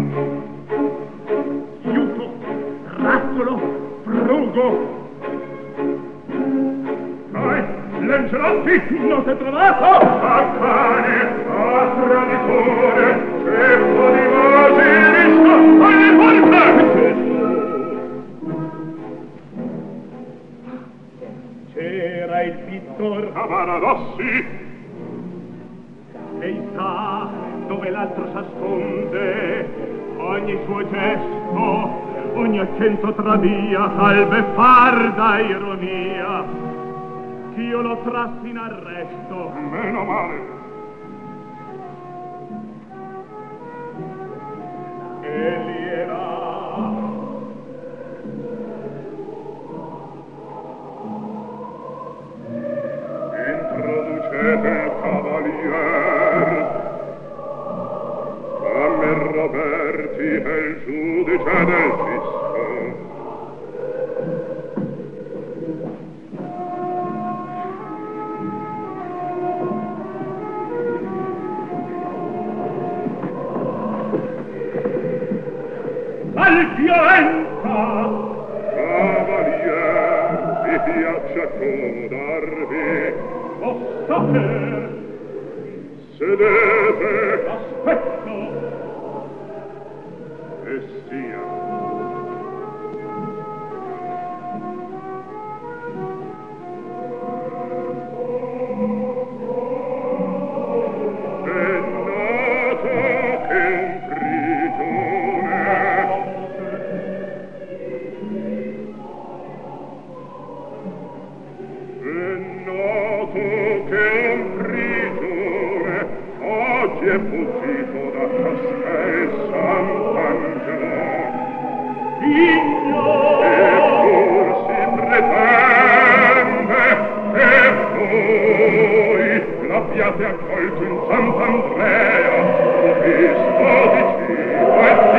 Speaker 3: aiuto, razzolo, frugo. Dai, Lancelotti, non t'è trovato? A cane, a traditore, ceppo di Basilisco, alle volte! C'era il pittor Cavaradossi. Lei sa dove l'altro s'asconde, ogni suo gesto, ogni accento tradia tal beffarda ironia, ch'io lo trassi in arresto.
Speaker 5: Meno male.
Speaker 3: Egli era
Speaker 5: introducete il cavalier Cammer Roberti è il giudice del fisco.
Speaker 3: al violenza.
Speaker 5: Cavalier, vi piace accomodarvi?
Speaker 3: O saper,
Speaker 5: Sedete
Speaker 3: aspetto,
Speaker 5: e sia. È nato che un prigione oggi è fuggito da Castel Sant'Angelo.
Speaker 3: figlio,
Speaker 5: E pur si pretende che voi l'abbiate accolto in Sant'Andrea, visto di cibo e di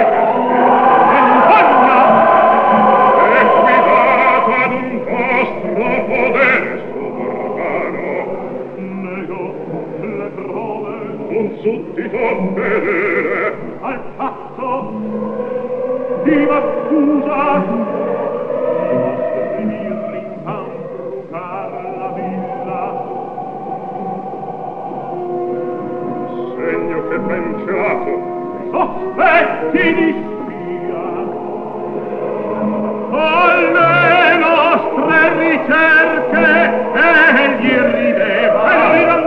Speaker 5: e guidato ad un vostro podere sovrano.
Speaker 3: nego le prove
Speaker 5: Un suddito vedere
Speaker 3: al fatto di m'accusa di rincambrucar la villa.
Speaker 5: segno che ben celato
Speaker 3: Sospetti di spia alle nostre ricerche egli rideva e ride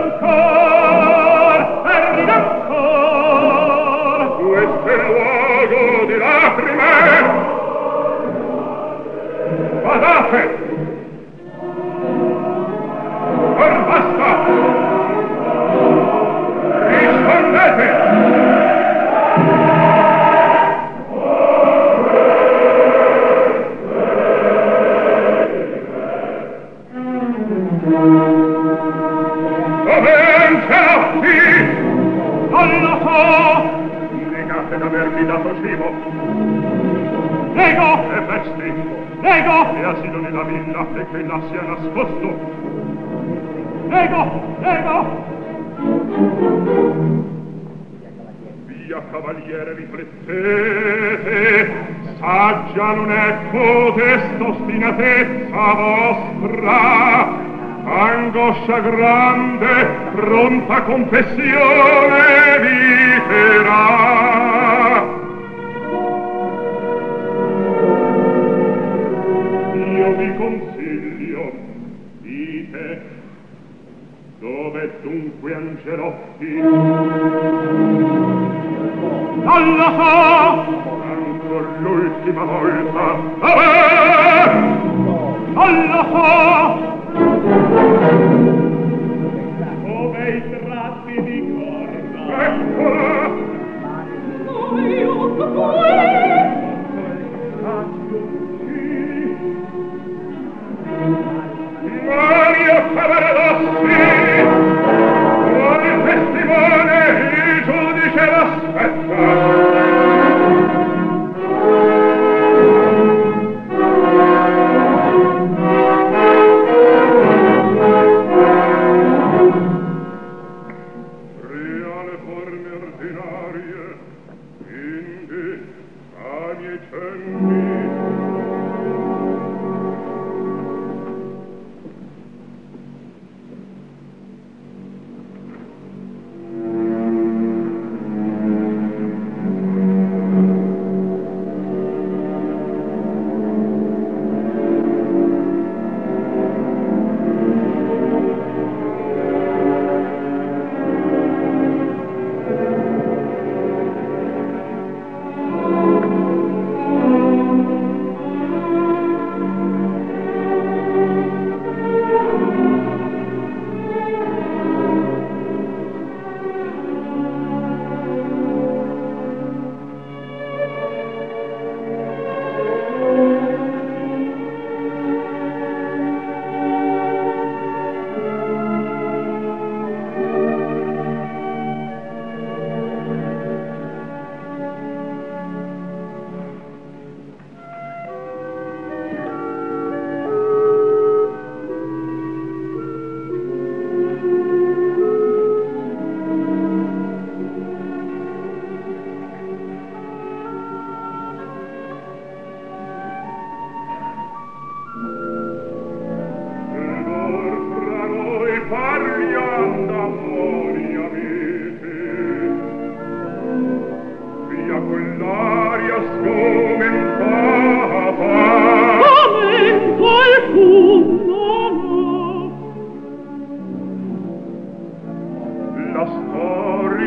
Speaker 3: ancor
Speaker 5: questo è il luogo di lacrime. Badate or basta rispondete.
Speaker 3: non lo so.
Speaker 5: Negate d'avervi dato cibo
Speaker 3: Nego
Speaker 5: e vesti
Speaker 3: nego
Speaker 5: e asilo nella villa e che là sia nascosto.
Speaker 3: nego
Speaker 5: Via cavaliere, riflettete, saggia non è codesta ostinatezza vostra, angoscia grande, pronta confessione viterà. Io vi consiglio, dite, dove dunque Angelotti?
Speaker 3: non lo so.
Speaker 5: Ancor l'ultima volta.
Speaker 3: Non lo so. Come i tratti di corda.
Speaker 5: Eccola! Mario Cavaradossi! Buon testimone, il giudice l'aspetta!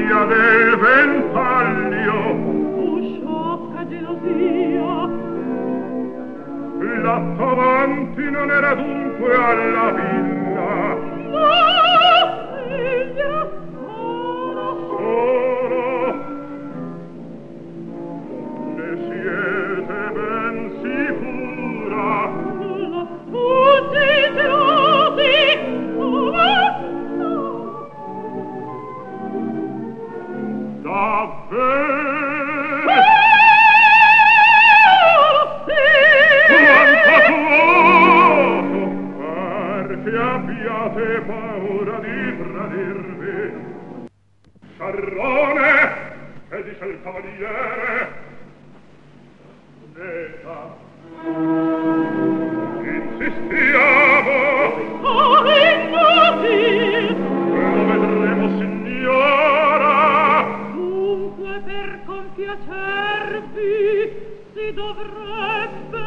Speaker 5: via del ventaglio.
Speaker 4: Sciocca gelosia.
Speaker 5: L'atto avanti non era dunque alla villa.
Speaker 4: No, figlia,
Speaker 5: Solo ne siete ben sicura.
Speaker 4: la tutti gelosi.
Speaker 5: Davvero? Quanto fuoco! Perché abbiate paura di tradirvi? Sciarrone, che dice il cavaliere? Neta. Insistiamo!
Speaker 4: Oh, inutile!
Speaker 5: Lo vedremo, signora!
Speaker 4: Dunque per compiacervi si dovrebbe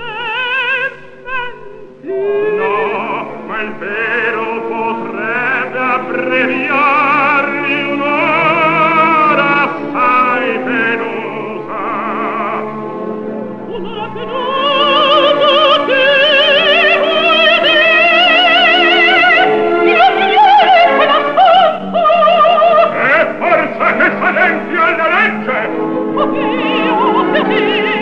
Speaker 4: mentire.
Speaker 5: No, ma il vero potrebbe abbreviarvi un'ora assai penosa.
Speaker 4: Un'ora penosa che vuoi dire? Io signore che l'ascolto!
Speaker 5: E forza che s'adempi alla legge!
Speaker 4: Oh Dio, che dire?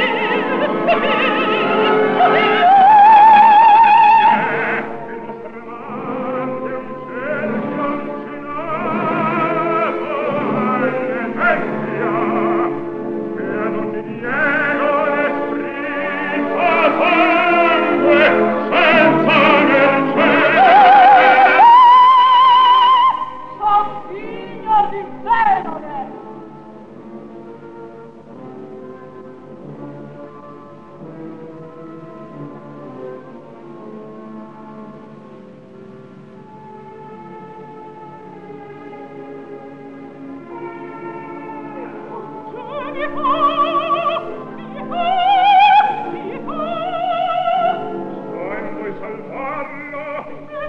Speaker 5: Il vostro amante è un cerchio uncinato alle vecchia, che ad ogni diego l'esprito sangue senza mercede.
Speaker 4: Son figlio di Zenone!
Speaker 5: Sta in voi salvarlo.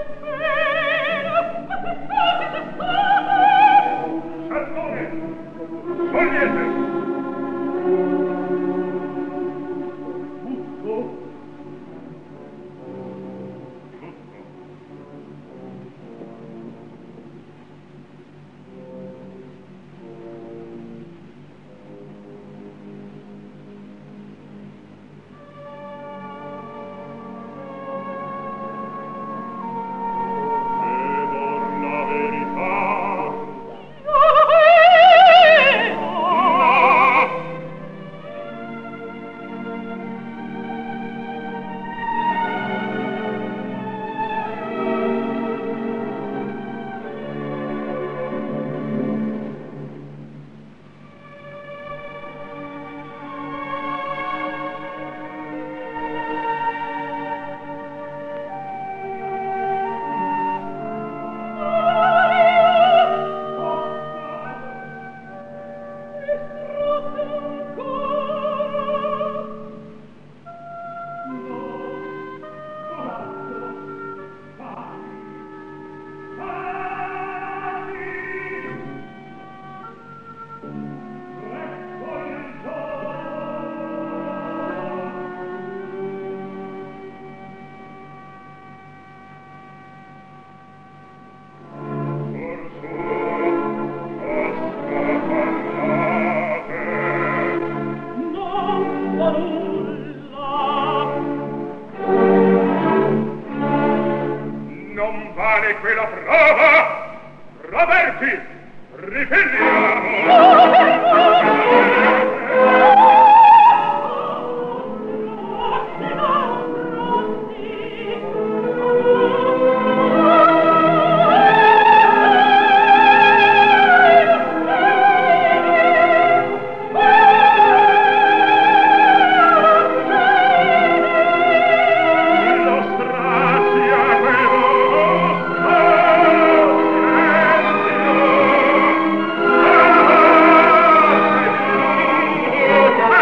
Speaker 5: Sciarrone, togliete! Tutto? Vedo la verità. No! Non vale quella prova! Roberti, Lo strazia quel vostro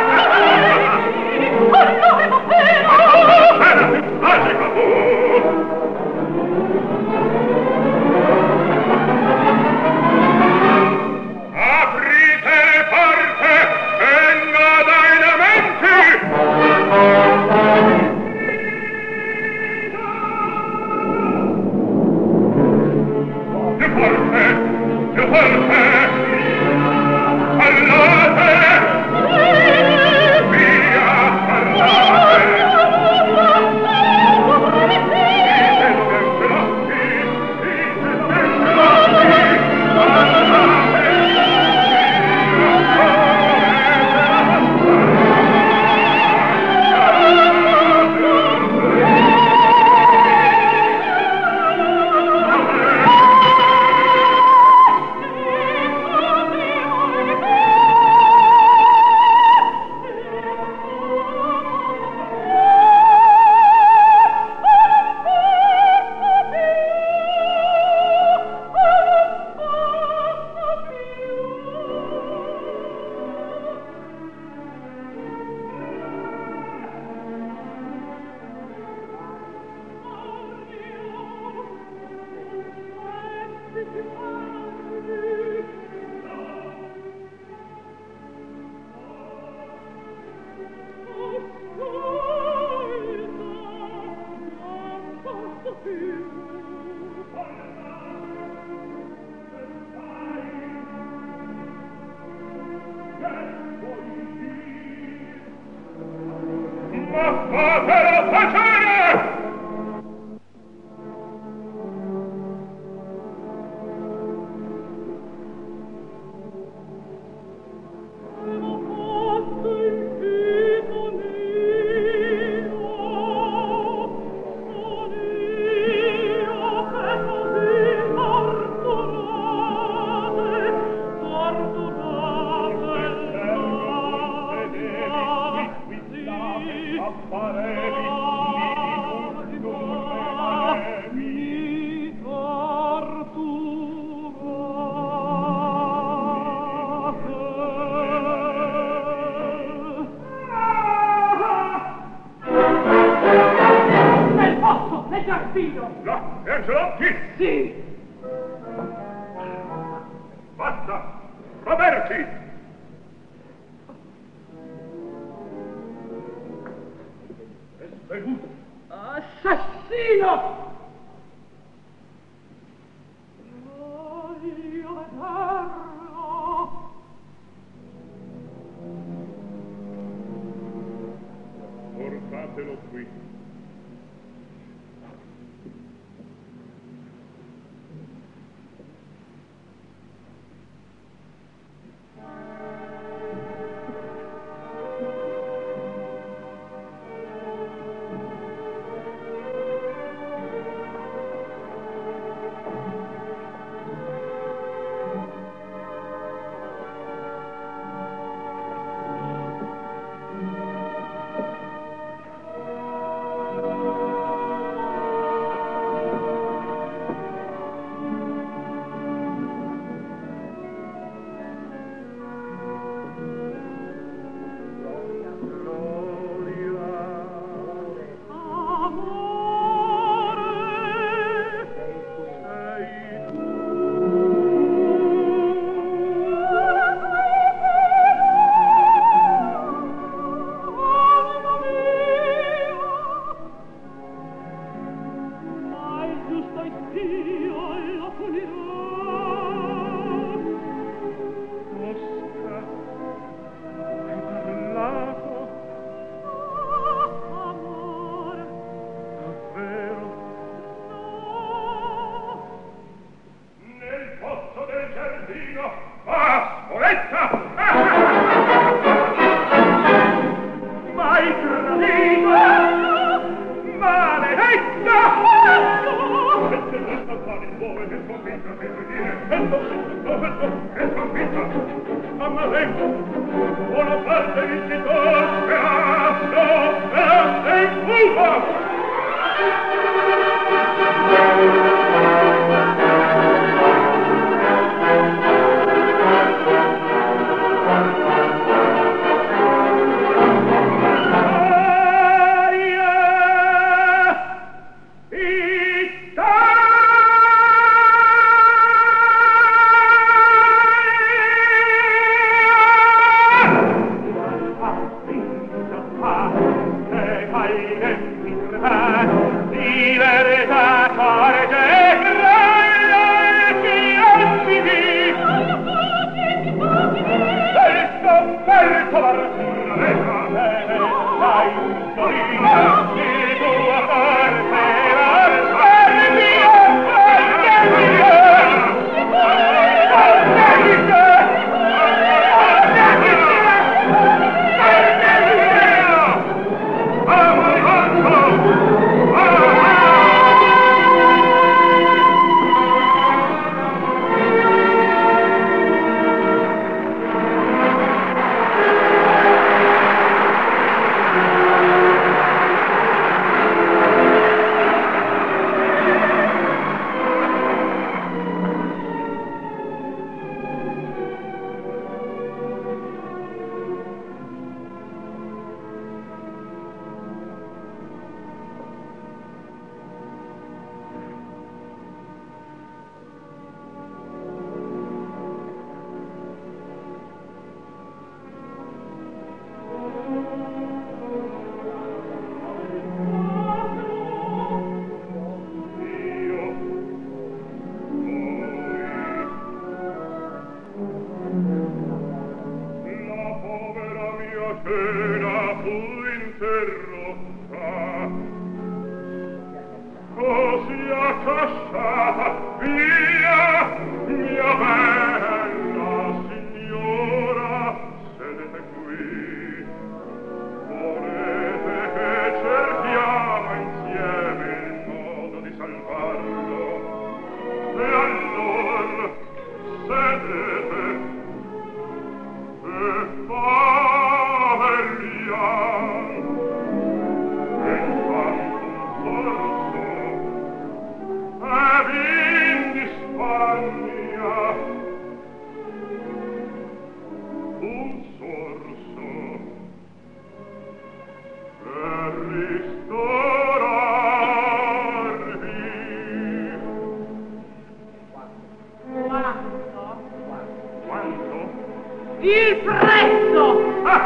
Speaker 4: Il prezzo!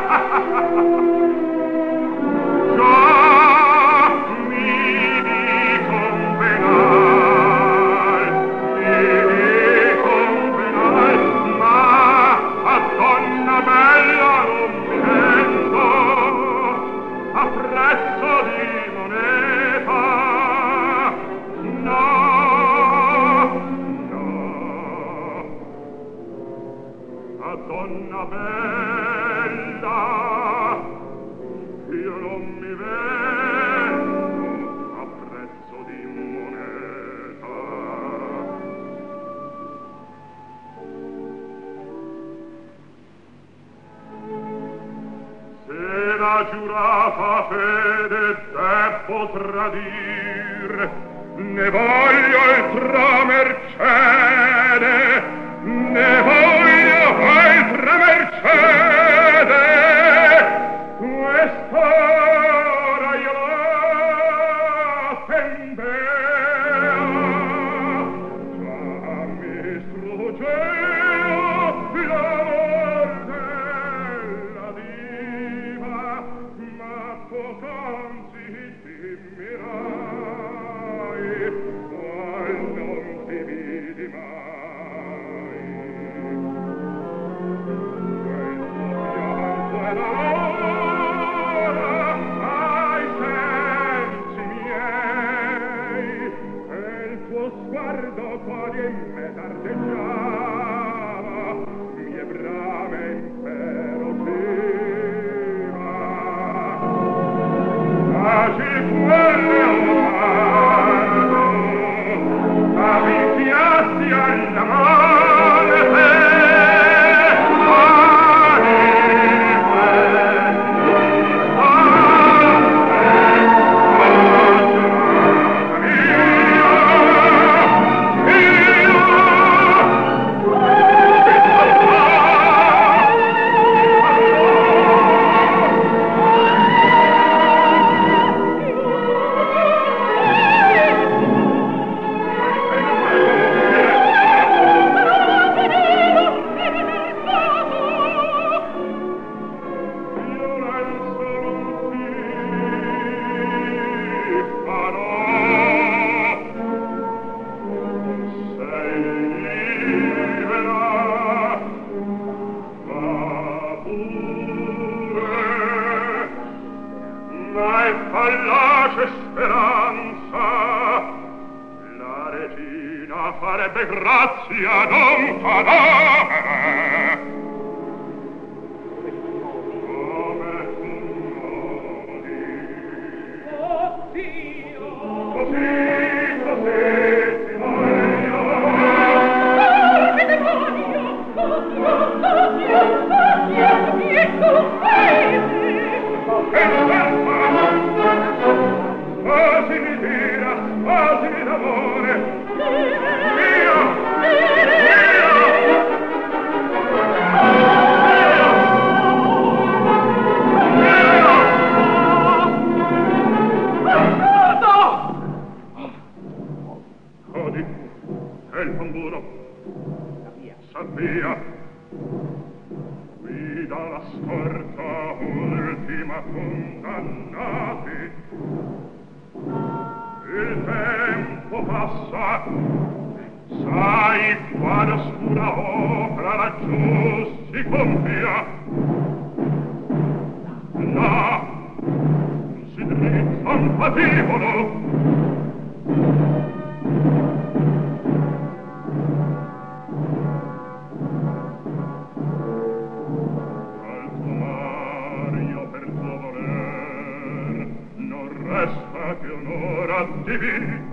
Speaker 5: Già mi convenai, ma a donna bella non mi vendo a prezzo di moneta. No, no, a donna bella io non mi vendo a prezzo di moneta. Se la giurata fede debbo tradir, ne voglio altra mercede, ne voglio altra mercede. Quest'ora io l'attendea, già mi struggeva l'amor della diva, ma poc'anzi ti mirai, qual non ti vidi mai. Questo pianto è d'amore ai sensi miei, e il tuo sguardo quasi in me tardeggiava, mie brame imperosiva. Quasi quelle omardo, avvicchiasti alla morte, fallace speranza, la regina farebbe grazia non cadere. Come tu modi,
Speaker 4: Oddio!
Speaker 5: così, così ti voglio.
Speaker 4: Che demonio! Oddio! Oddio! Oddio! Che tu fai?
Speaker 5: Spasimi d'ira, spasimi d'amore, mio, Codi, è il tamburo, s'avvia, guida la scorta ultima condannati. Il tempo passa, sai quale oscura opera laggiù si compia. Là si drizza un patibolo, al tuo Mario per tuo voler non resta che un'ora di vita.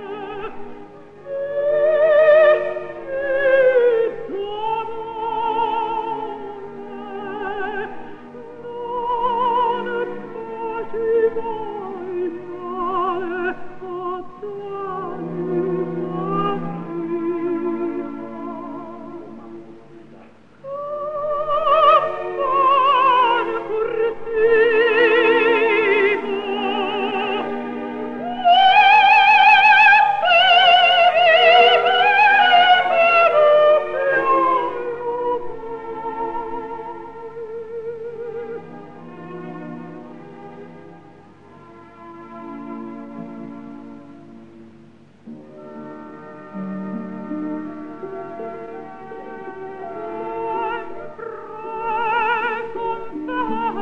Speaker 4: Tuo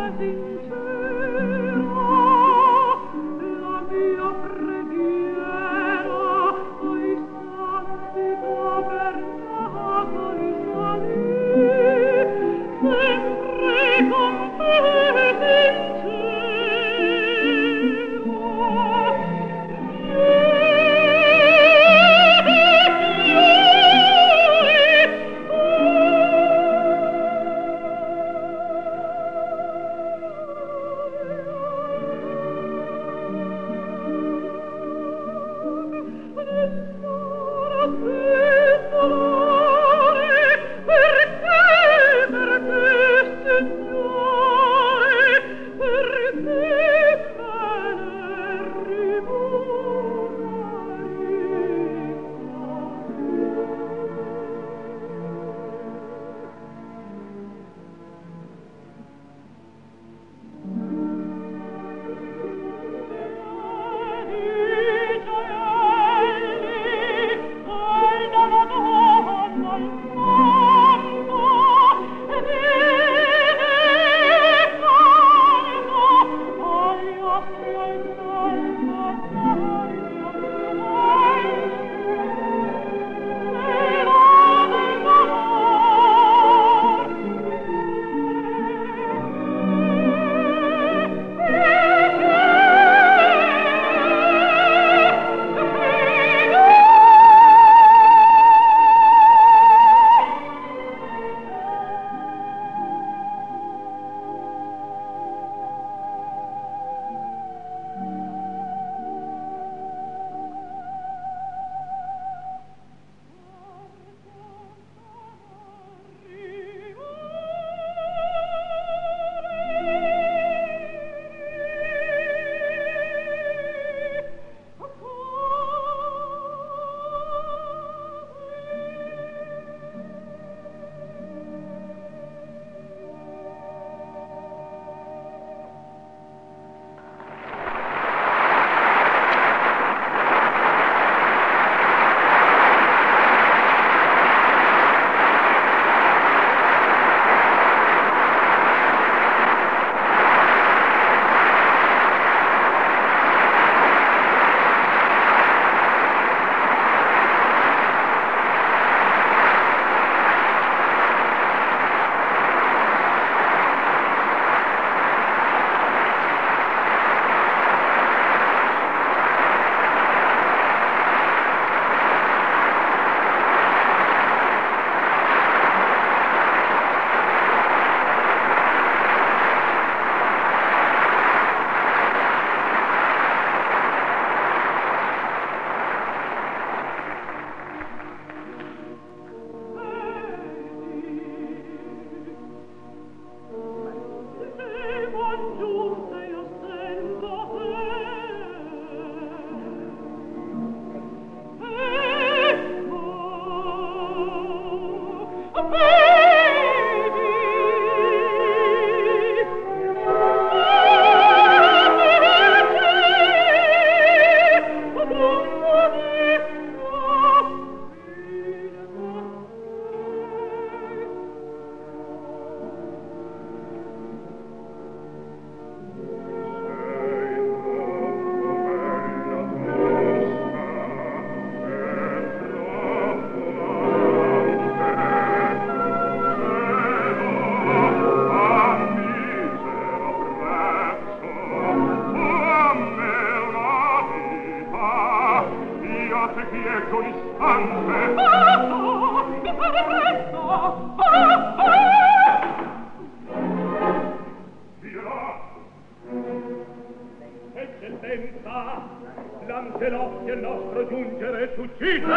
Speaker 3: Lancelot il nostro giungere s'uccide.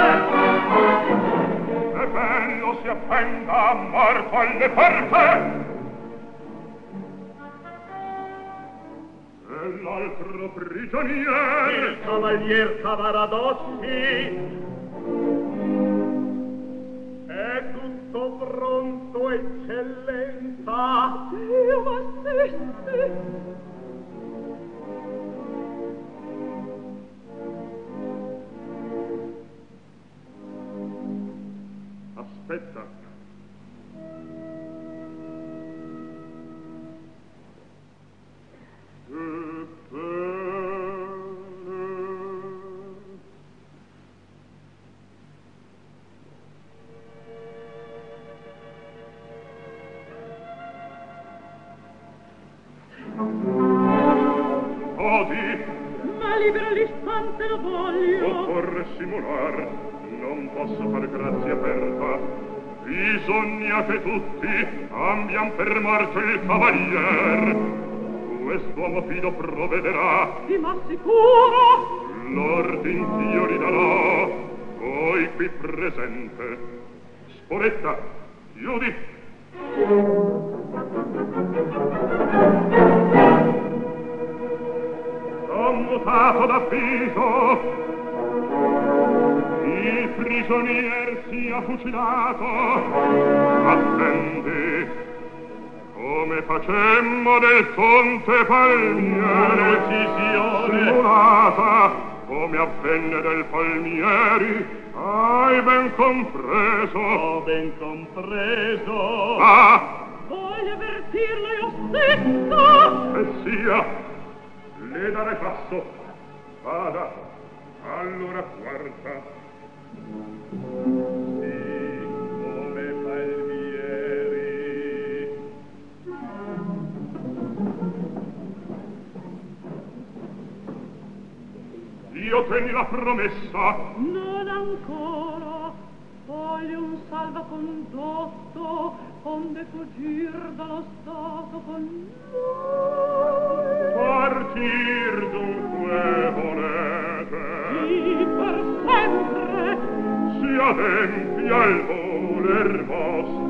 Speaker 3: E bello si appenda morto alle porte. E l'altro prigionier, il cavalier Cavaradossi, è tutto pronto, eccellenza.
Speaker 4: Dio m'assisti.
Speaker 3: Aspetta.
Speaker 5: noti.
Speaker 4: Ma libera l'istante lo voglio.
Speaker 5: Occorre simular, non posso far grazia aperta. Bisogna che tutti ambian per morto il cavalier. Quest'uomo fido provvederà.
Speaker 4: Di ma sicuro.
Speaker 5: L'ordin ch'io gli darò, voi qui presente. Spoletta, chiudi. Commutato d'avviso, il prigionier sia fucilato. Attendi, come facemmo del conte Palmieri, decisione simulata, come avvenne del Palmieri, hai ben compreso?
Speaker 3: Ho ben compreso.
Speaker 5: Ah!
Speaker 4: Voglio avvertirlo io stesso.
Speaker 5: E sia, le dare passo. Vada, allora quarta.
Speaker 3: Sì, come Palmieri.
Speaker 5: Io tenni la promessa.
Speaker 4: Non ancora. Voglio un salvacondotto onde fuggir dallo stato con noi.
Speaker 5: Partir dunque volete.
Speaker 4: Sì, per sempre.
Speaker 5: Si adempia al voler vostro.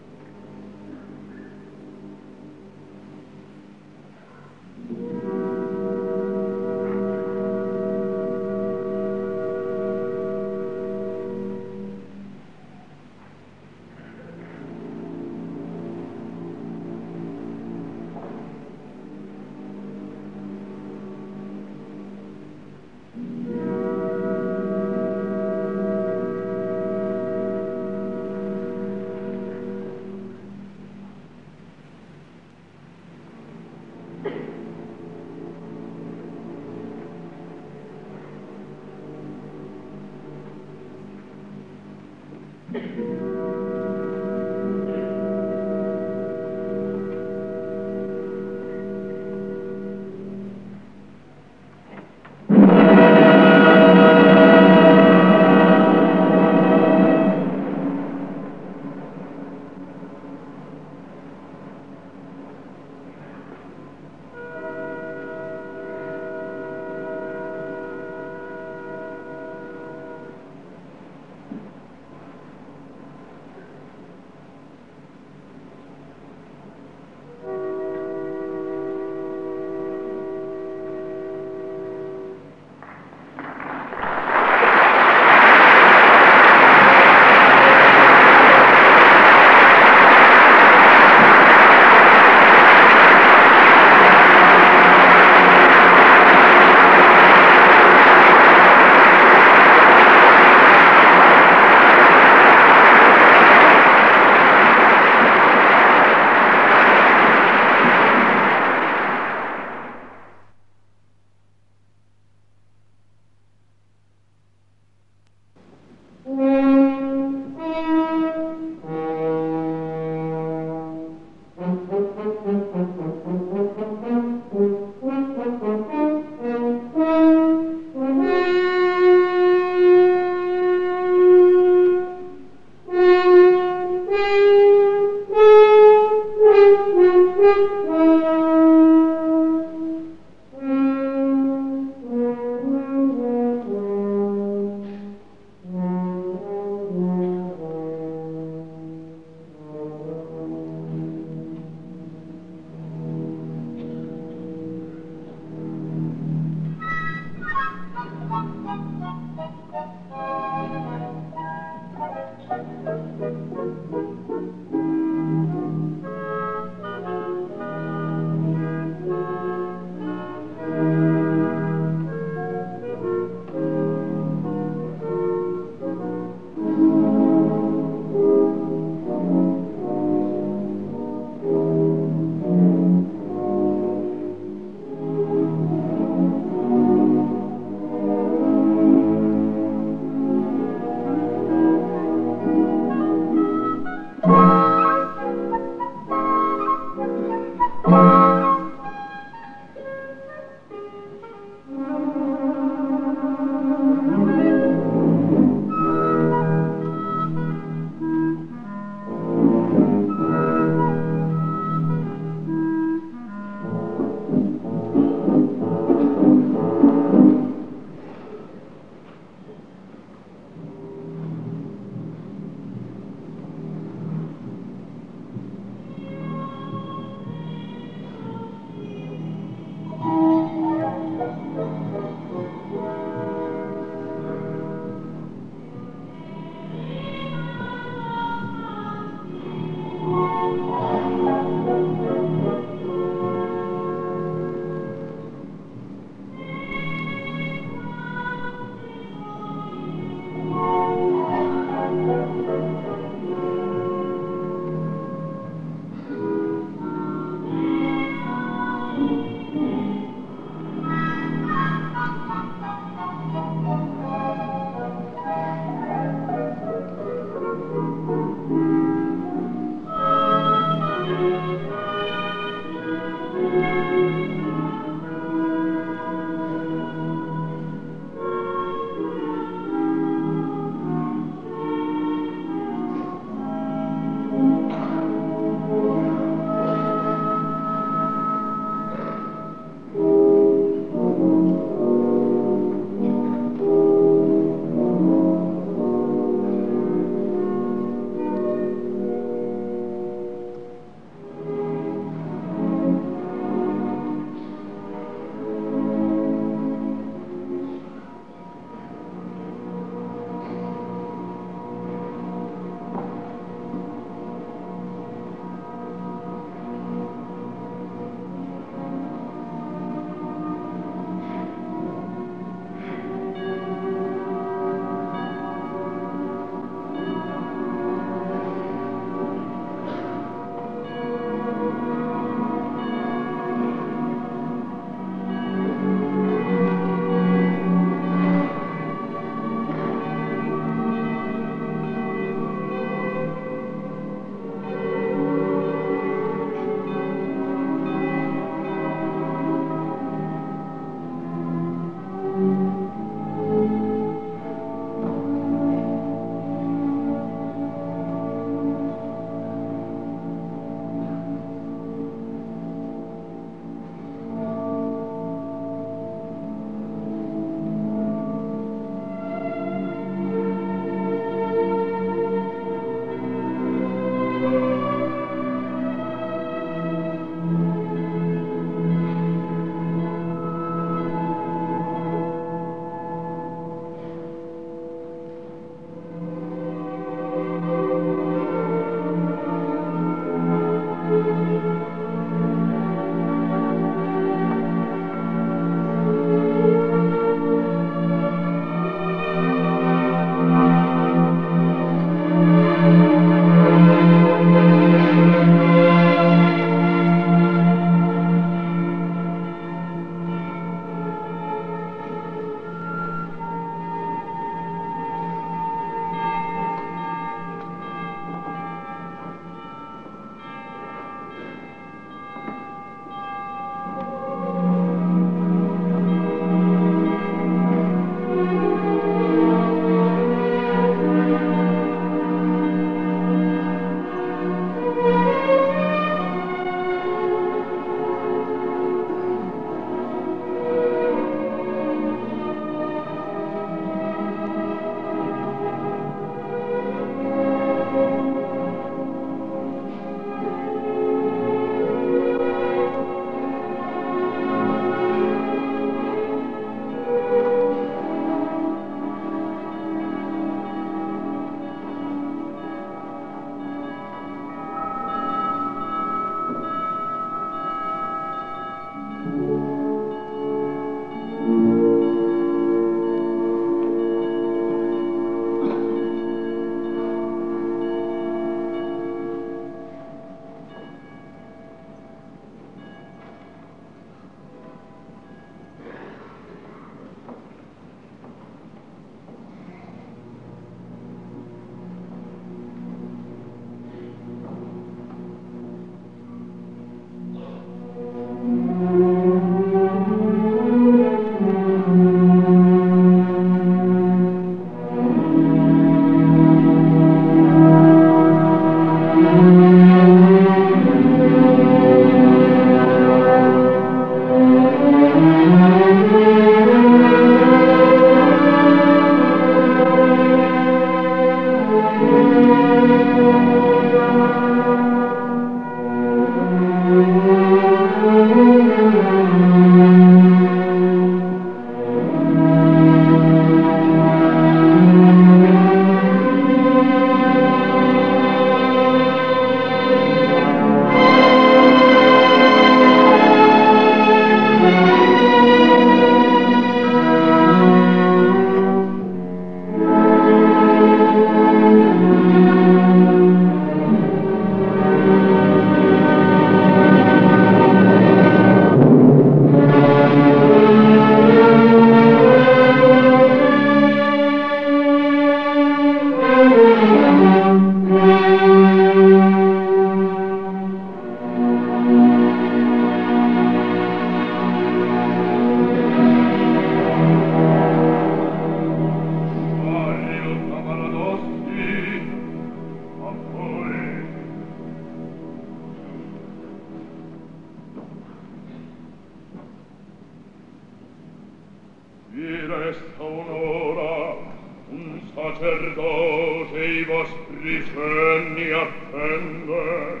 Speaker 5: Vi resta un'ora, un sacerdote i vostri cenni attende.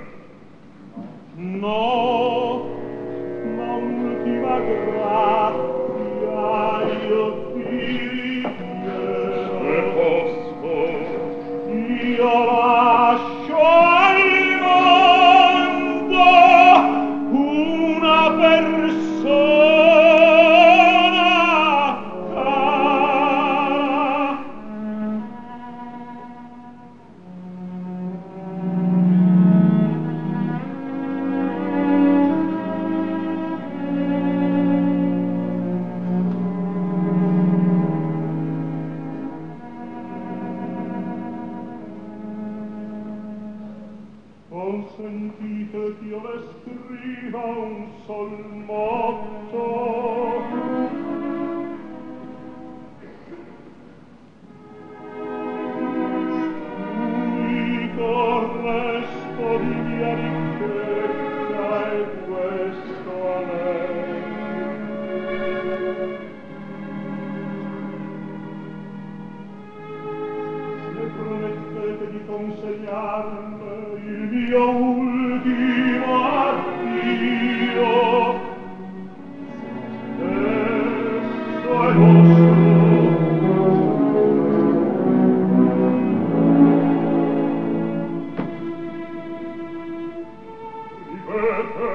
Speaker 3: No, ma un'ultima grazia io ti richiedo.
Speaker 5: Se posso,
Speaker 3: Io lascio al mondo una persona cara. Consentite ch'io le scriva un sol motto. Unico resto di mia ricchezza è questo anello. Se promettete di consegnarmi il mio ultimo addio, esso è vostro.
Speaker 5: ripete.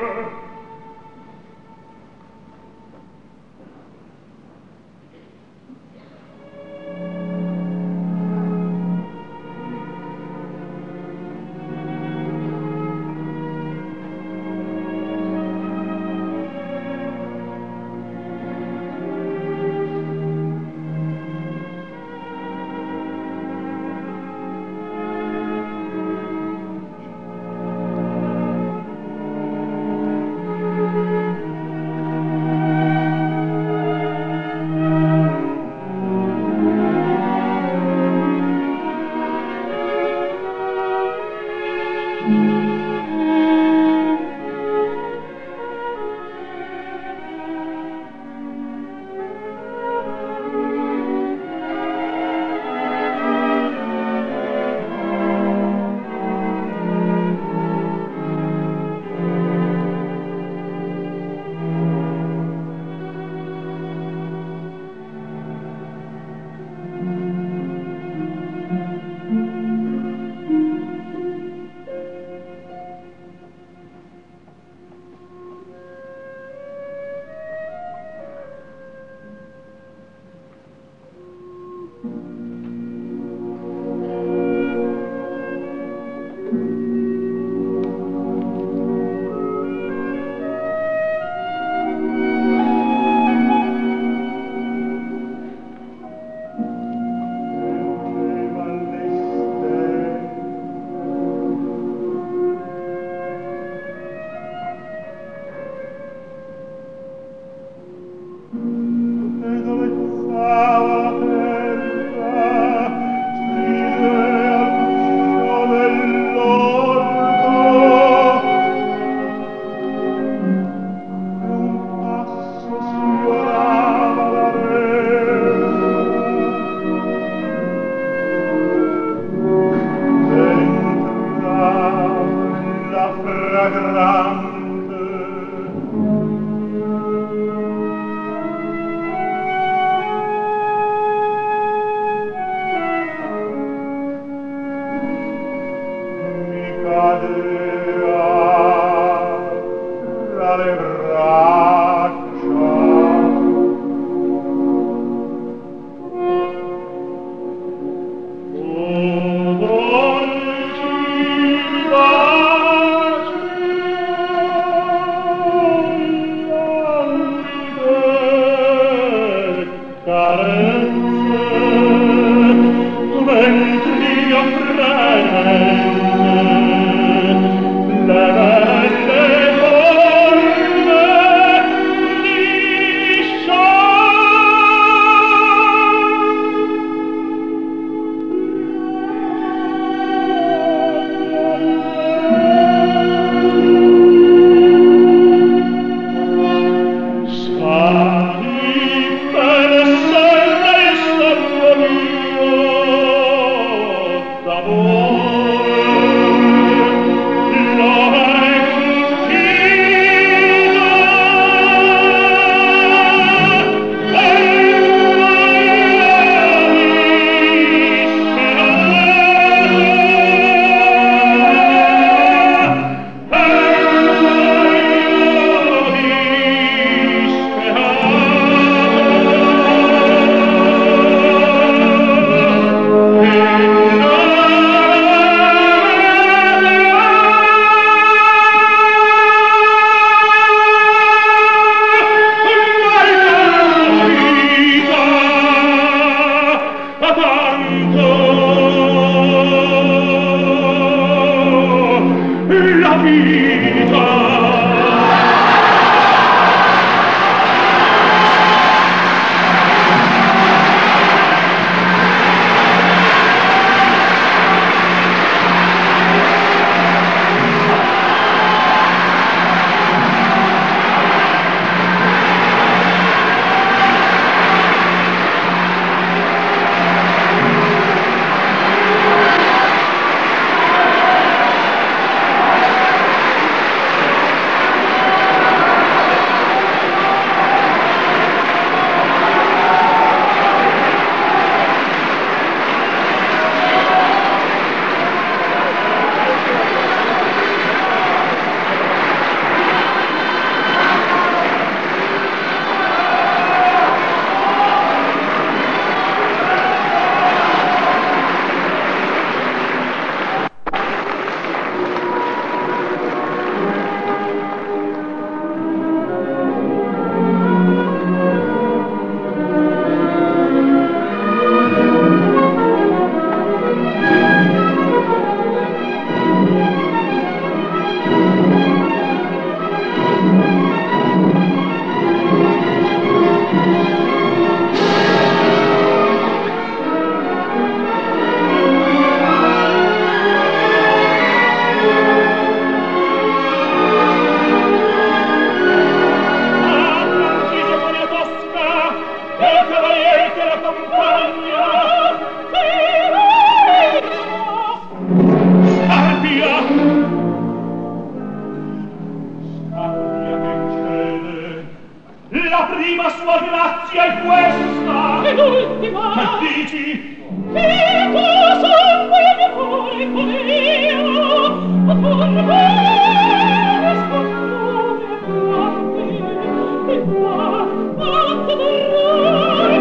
Speaker 3: prima sua grazia è questa.
Speaker 4: E l'ultima.
Speaker 3: Che dici?
Speaker 4: Che tu sangue mio cuore come io, a formare scontrone a piatti, e qua, quanto dolore,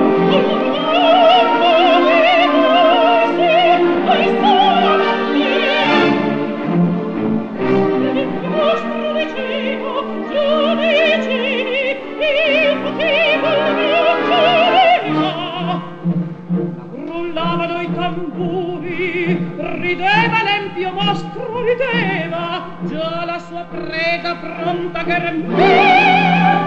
Speaker 4: rullavano i tamburi, rideva l'empio mostro, rideva già la sua preda pronta che era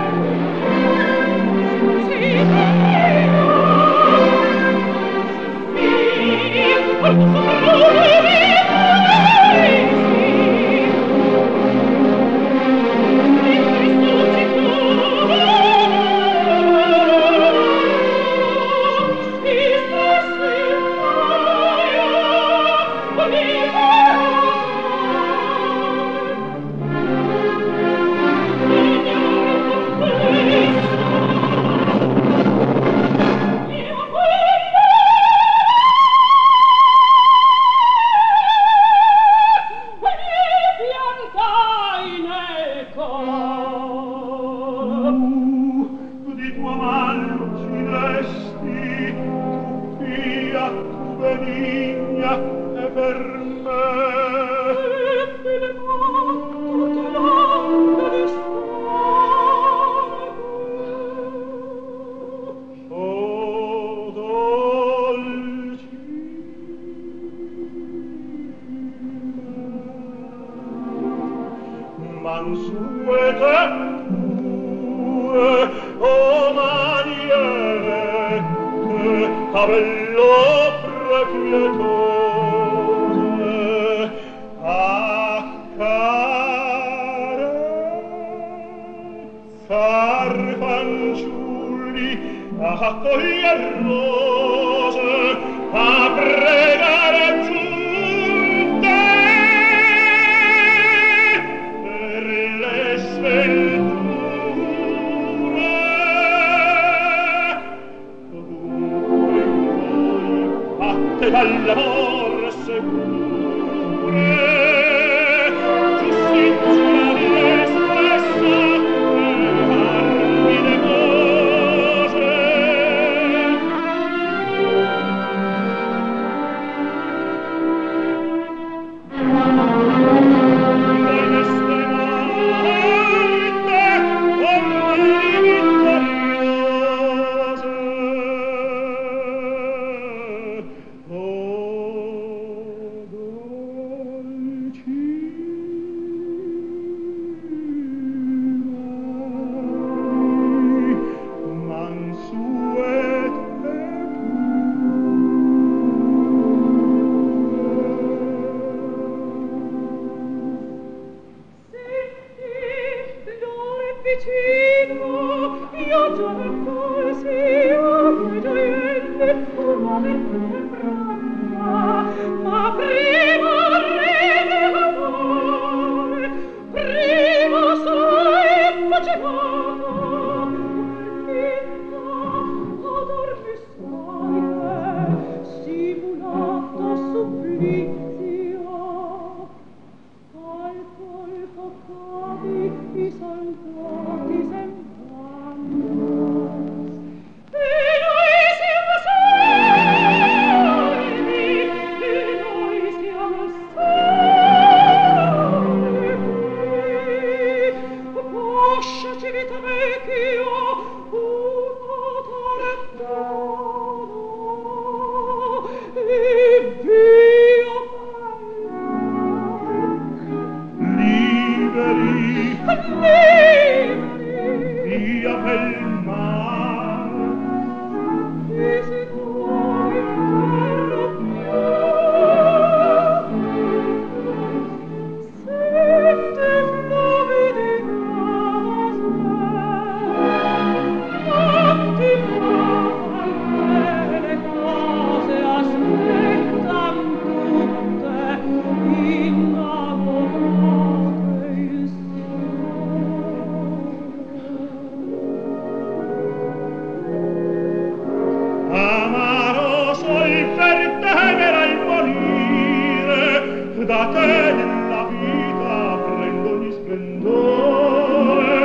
Speaker 3: da te nella vita prendo ogni splendore,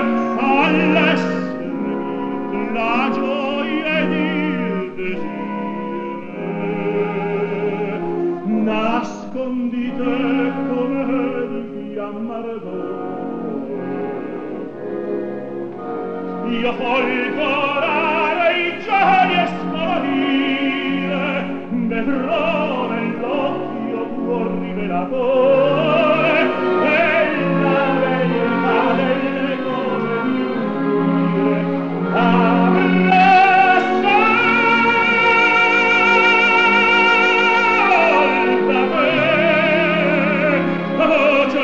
Speaker 3: all'essermi la gioia ed il desire. Nascondi te come il fiammardore, io folgorare i cieli e sparire, vedrò nell'occhio tuo rivelatore e la verità delle cose mie abbraccia da me, voce.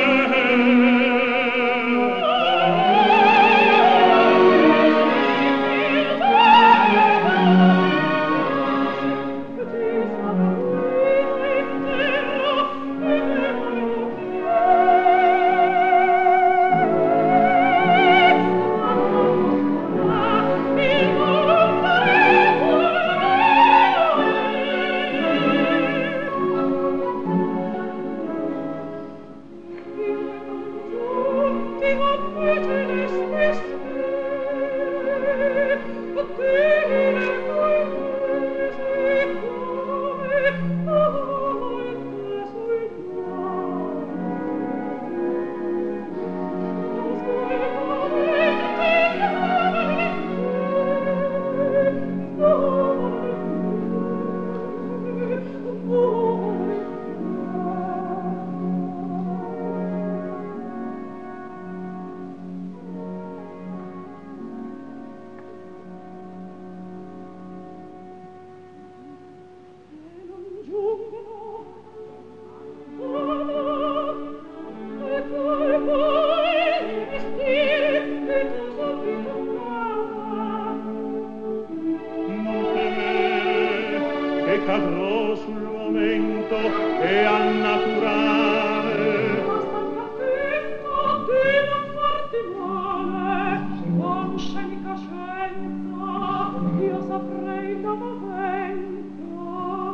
Speaker 3: Cadrò sul momento e al naturale.
Speaker 4: Basta attento di non farti male, con scenica scienza io saprei la moventa.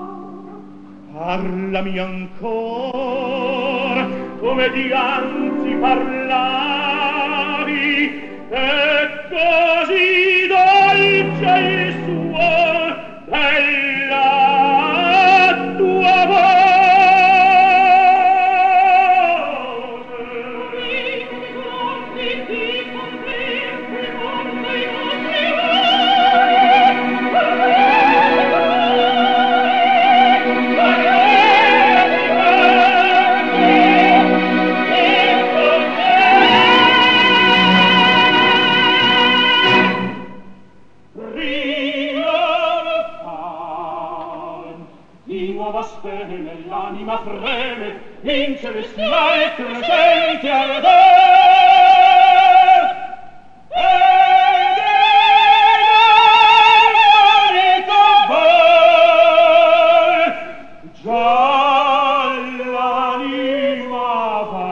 Speaker 3: Parlami ancor come dianzi parlavi, e così dolce il suo bella tua voce.
Speaker 4: Ti comprendo con dei
Speaker 3: Speme, l'anima freme, in celestiale crescente ardor. Ed il vol, già l'anima va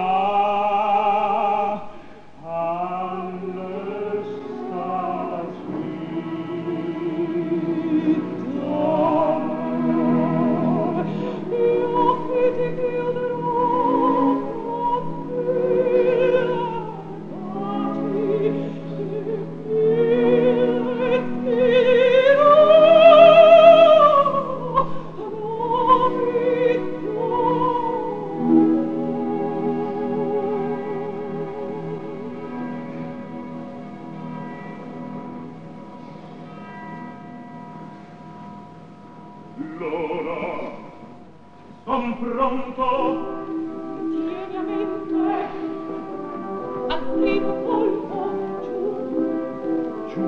Speaker 3: l'ora son pronto.
Speaker 4: Tieni a mente al primo colpo giù,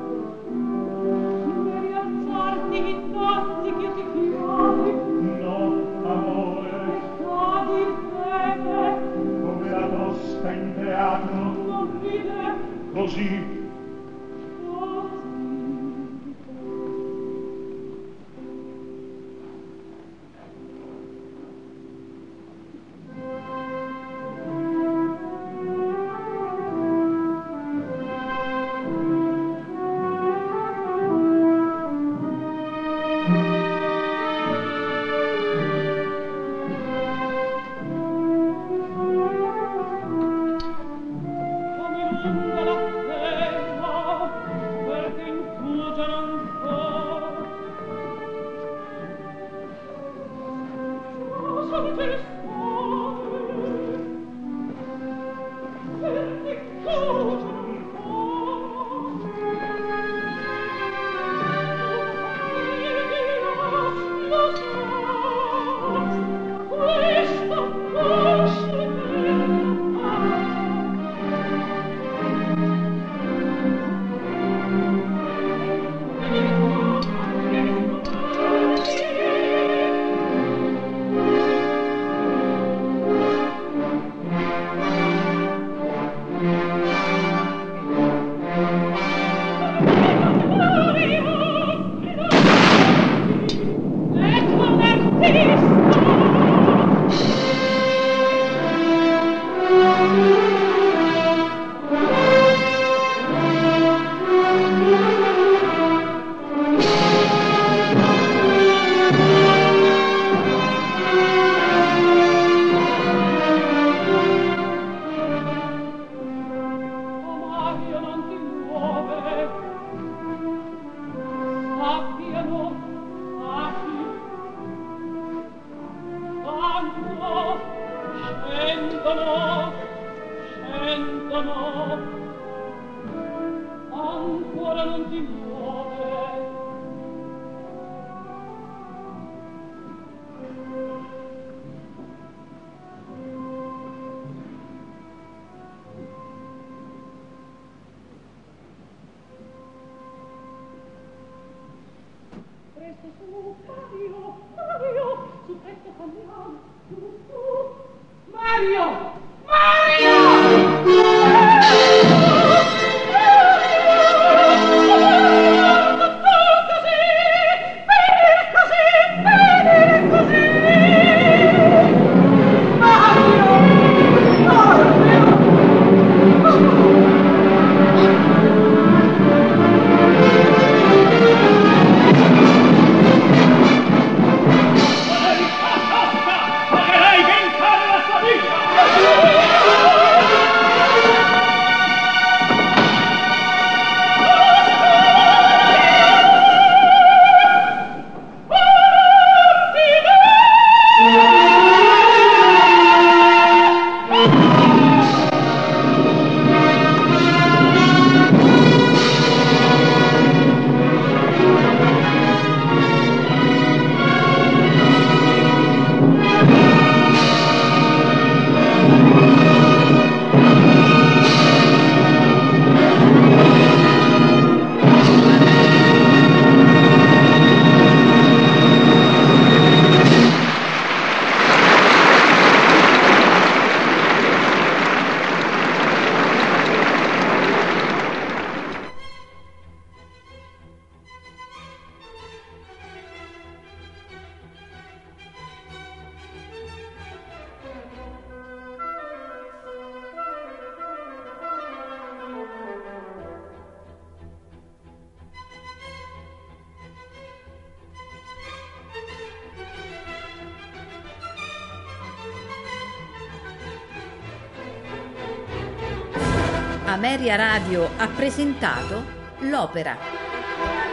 Speaker 4: ne rialzarti innanzi che ti chiami.
Speaker 3: No, amore,
Speaker 4: cadi bene,
Speaker 3: come la tosta in teatro,
Speaker 4: non ride
Speaker 3: così.
Speaker 4: presto su, Mario, Mario, su presto cammiamo, su, Mario,
Speaker 1: Ameria Radio ha presentato l'opera.